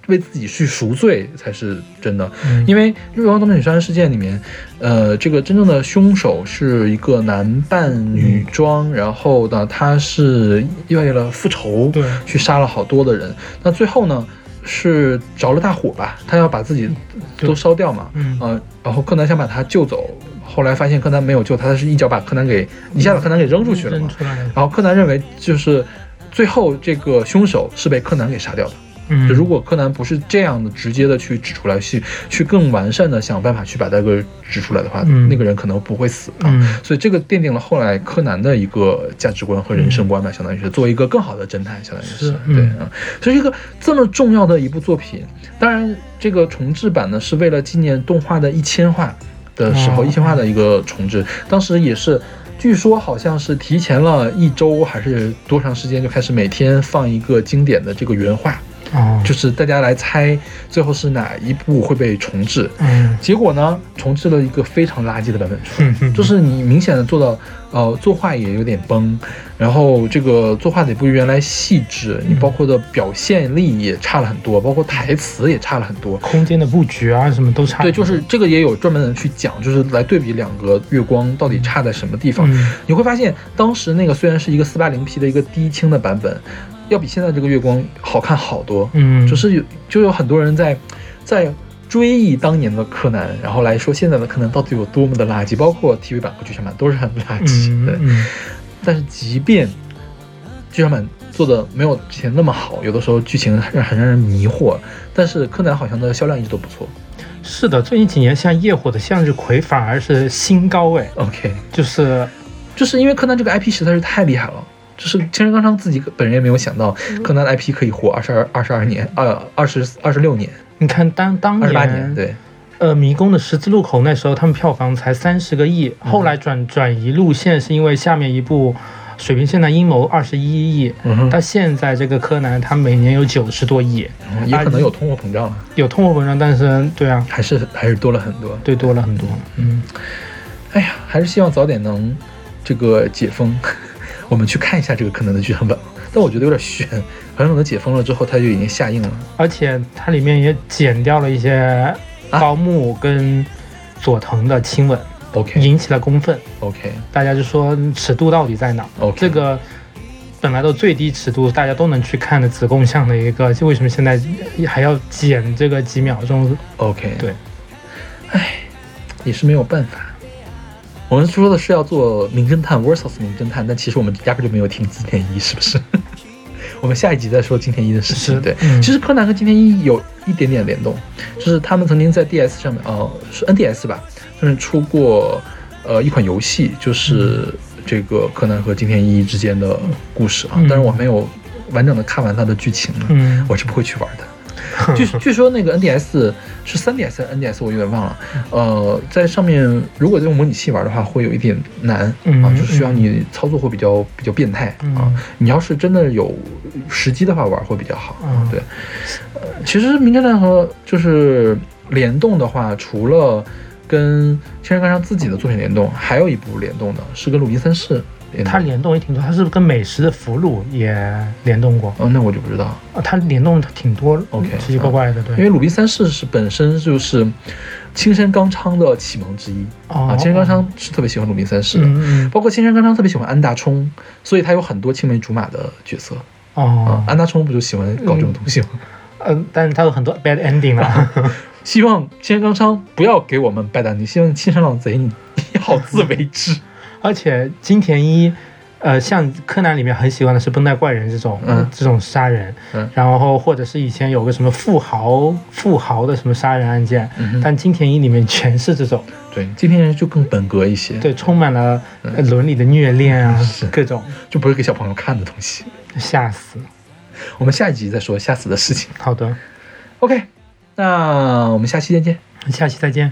为自己去赎罪才是真的。 嗯、 因为《月光东北女杀人事件》里面，呃，这个真正的凶手是一个男扮女装，嗯、然后呢，他是为了复仇， 对， 去杀了好多的人。那最后呢，是着了大火吧，他要把自己都烧掉嘛， 嗯， 呃，然后柯南想把他救走。后来发现柯南没有救他，他是一脚把柯南给一下把柯南给扔出去了嘛。然后柯南认为就是最后这个凶手是被柯南给杀掉的。 嗯， 就如果柯南不是这样的直接的去指出来，去去更完善的想办法去把那个指出来的话，嗯、那个人可能不会死啊。 嗯、 所以这个奠定了后来柯南的一个价值观和人生观吧，嗯、相当于是做一个更好的侦探，相当于是, 是对啊。所以一个这么重要的一部作品，当然这个重制版呢是为了纪念动画的一千话的时候，一千话的一个重制，当时也是。据说好像是提前了一周还是多长时间就开始每天放一个经典的这个原画， 哦， 就是大家来猜最后是哪一部会被重置。 嗯， 结果呢，重置了一个非常垃圾的版本出来，嗯、就是你明显的做到，呃，作画也有点崩，然后这个作画也不如原来细致，你包括的表现力也差了很多，包括台词也差了很多， 空间的布局啊什么都差。 对，就是这个也有专门的去讲，就是来对比两个月光到底差在什么地方。 嗯、 你会发现，当时那个虽然是一个四八零 P 的一个低清的版本，要比现在这个月光好看好多。 嗯， 就是有就有很多人在在追忆当年的柯南，然后来说现在的柯南到底有多么的垃圾，包括 T V 版和剧场版都是很垃圾。 嗯、 对、 嗯， 但是即便剧场版做的没有之前那么好，有的时候剧情让很让人迷惑，但是柯南好像的销量一直都不错。 是的，最近几年像夜火的向日葵反而是新高哎。 OK， 就是就是因为柯南这个 I P 实在是太厉害了。就是青山刚昌自己本人也没有想到，柯南的 I P 可以活二十二、二十二年，呃，二十二十六年。 你看当当年， 二十八年，对， 呃，迷宫的十字路口那时候他们票房才三十个亿， 嗯、 后来转转移路线是因为下面一部水平线的阴谋二十一亿， 嗯， 但现在这个柯南它每年有九十多亿， 嗯、也可能有通货膨胀了， 有通货膨胀，但是对啊， 还是还是多了很多， 对，多了很多，嗯， 哎呀，还是希望早点能这个解封。我们去看一下这个柯南的剧场版，但我觉得有点悬，好像等它解封了之后，它就已经下映了， 而且它里面也剪掉了一些高木跟佐藤的亲吻， OK， 引起了公愤 ，OK， 大家就说尺度到底在哪 ？OK， 这个本来都最低尺度，大家都能去看的子贡像的一个，就为什么现在还要剪这个几秒钟 ？OK， 对， 哎，也是没有办法。我们说的是要做名侦探 versus 名侦探，但其实我们压根就没有听金田一，是不是？我们下一集再说金田一的事情。对、嗯，其实柯南和金田一有一点点联动，就是他们曾经在 D S 上面，呃，是 N D S 吧，就是出过呃一款游戏，就是这个柯南和金田一之间的故事啊，嗯、但是我没有完整的看完它的剧情， 嗯， 我是不会去玩的。据据说那个 N D S 是 三 D S 还是 N D S 我有点忘了，呃，在上面如果用模拟器玩的话会有一点难、 嗯、 啊，就是需要你操作会比较比较变态、 嗯、 啊。你要是真的有时机的话玩会比较好。 嗯、 对，呃，其实名侦探和就是联动的话，除了跟青山刚昌自己的作品联动，还有一部联动的是跟鲁滨三世。 他联动也挺多，他是不是跟美食的俘虏也联动过？ 哦，那我就不知道。 啊，他联动挺多 ，OK， 奇奇怪怪的，对。 因为鲁滨三世是本身就是青山刚昌的启蒙之一、 哦、 啊，青山刚昌是特别喜欢鲁滨三世的， 嗯嗯包括青山刚昌特别喜欢安大冲，所以他有很多青梅竹马的角色。 哦、 啊，安大冲不就喜欢搞这种东西吗？ 嗯、呃，但是他有很多 bad ending 了。 希望青山刚昌不要给我们 bad ending，希望青山老贼你好自为之。 而且金田一，呃，像柯南里面很喜欢的是绷带怪人这种， 嗯， 这种杀人， 嗯， 然后或者是以前有个什么富豪富豪的什么杀人案件， 嗯， 但金田一里面全是这种， 对，金田一就更本格一些， 对，充满了伦理的虐恋啊， 嗯、 各种， 就不是给小朋友看的东西， 吓死。 我们下一集再说吓死的事情。 好的 ，OK， 那我们下期再见， 下期再见。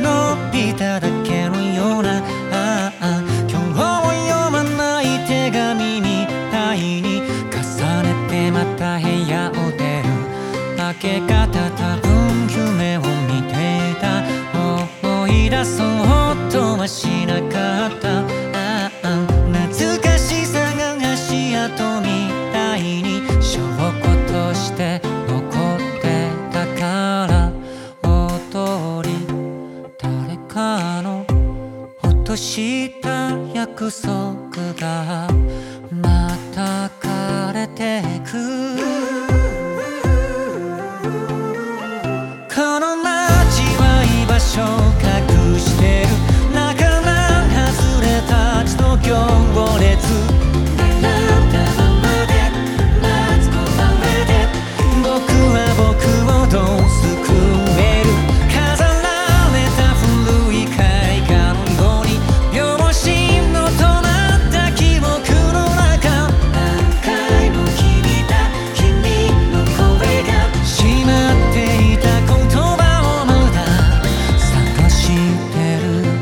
手紙け方多分夢を見ていた思い出そうとはしなかったああ懐かしさが足跡みたいに証拠として残ってたから踊り誰かの落とした約束がまた枯れてくこの街は居場所隠してる仲間外れたちの行列並んだままで待つこばれで僕は僕をどう救える飾られた古い絵画のように秒針の止まった記憶の中何回も君だ君の声がしまっていた言葉をまだ探してる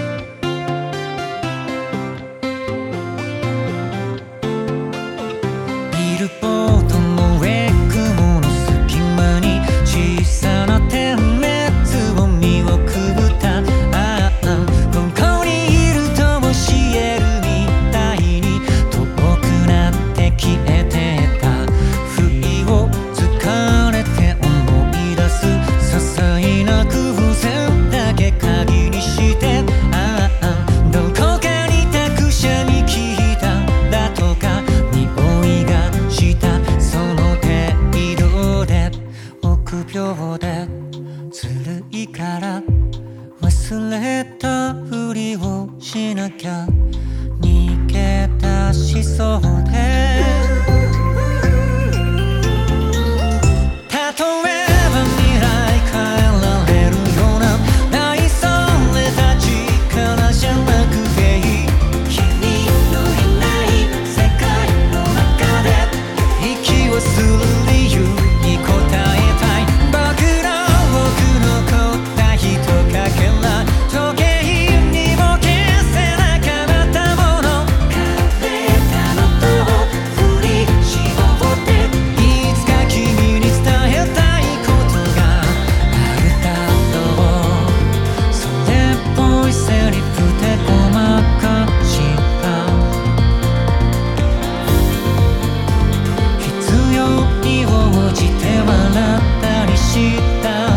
ビルボードのエクモの隙間に小さな点滅を見送ったああここにいると教えるみたいに遠くなって消えてた不意をつかれて思い出す些細な偶然だけ鍵にしてああどこかに託者に聞いただとか匂いがしたその程度で臆病でずるいから忘れたふりをしなきゃ逃げ出しそうでたとえば未来変えられるような大それた力じゃなくていい君のいない世界の中で息をする理由に答えたい僕の僕の残ったひとかけら時計にも消せなかったもの枯れたのと振り絞っていつか君に伝えたいことがあるだろうそれっぽいセリフでごまかした必要に応じて笑ったりした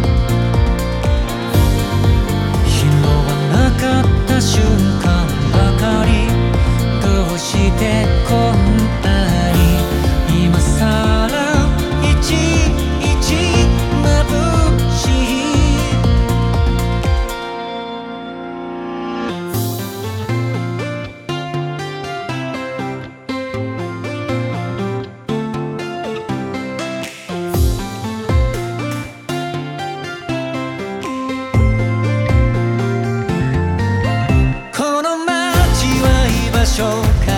拾わなかった瞬間ばかりどうしてこんなに今さらいちいち眩しいこの街は居場所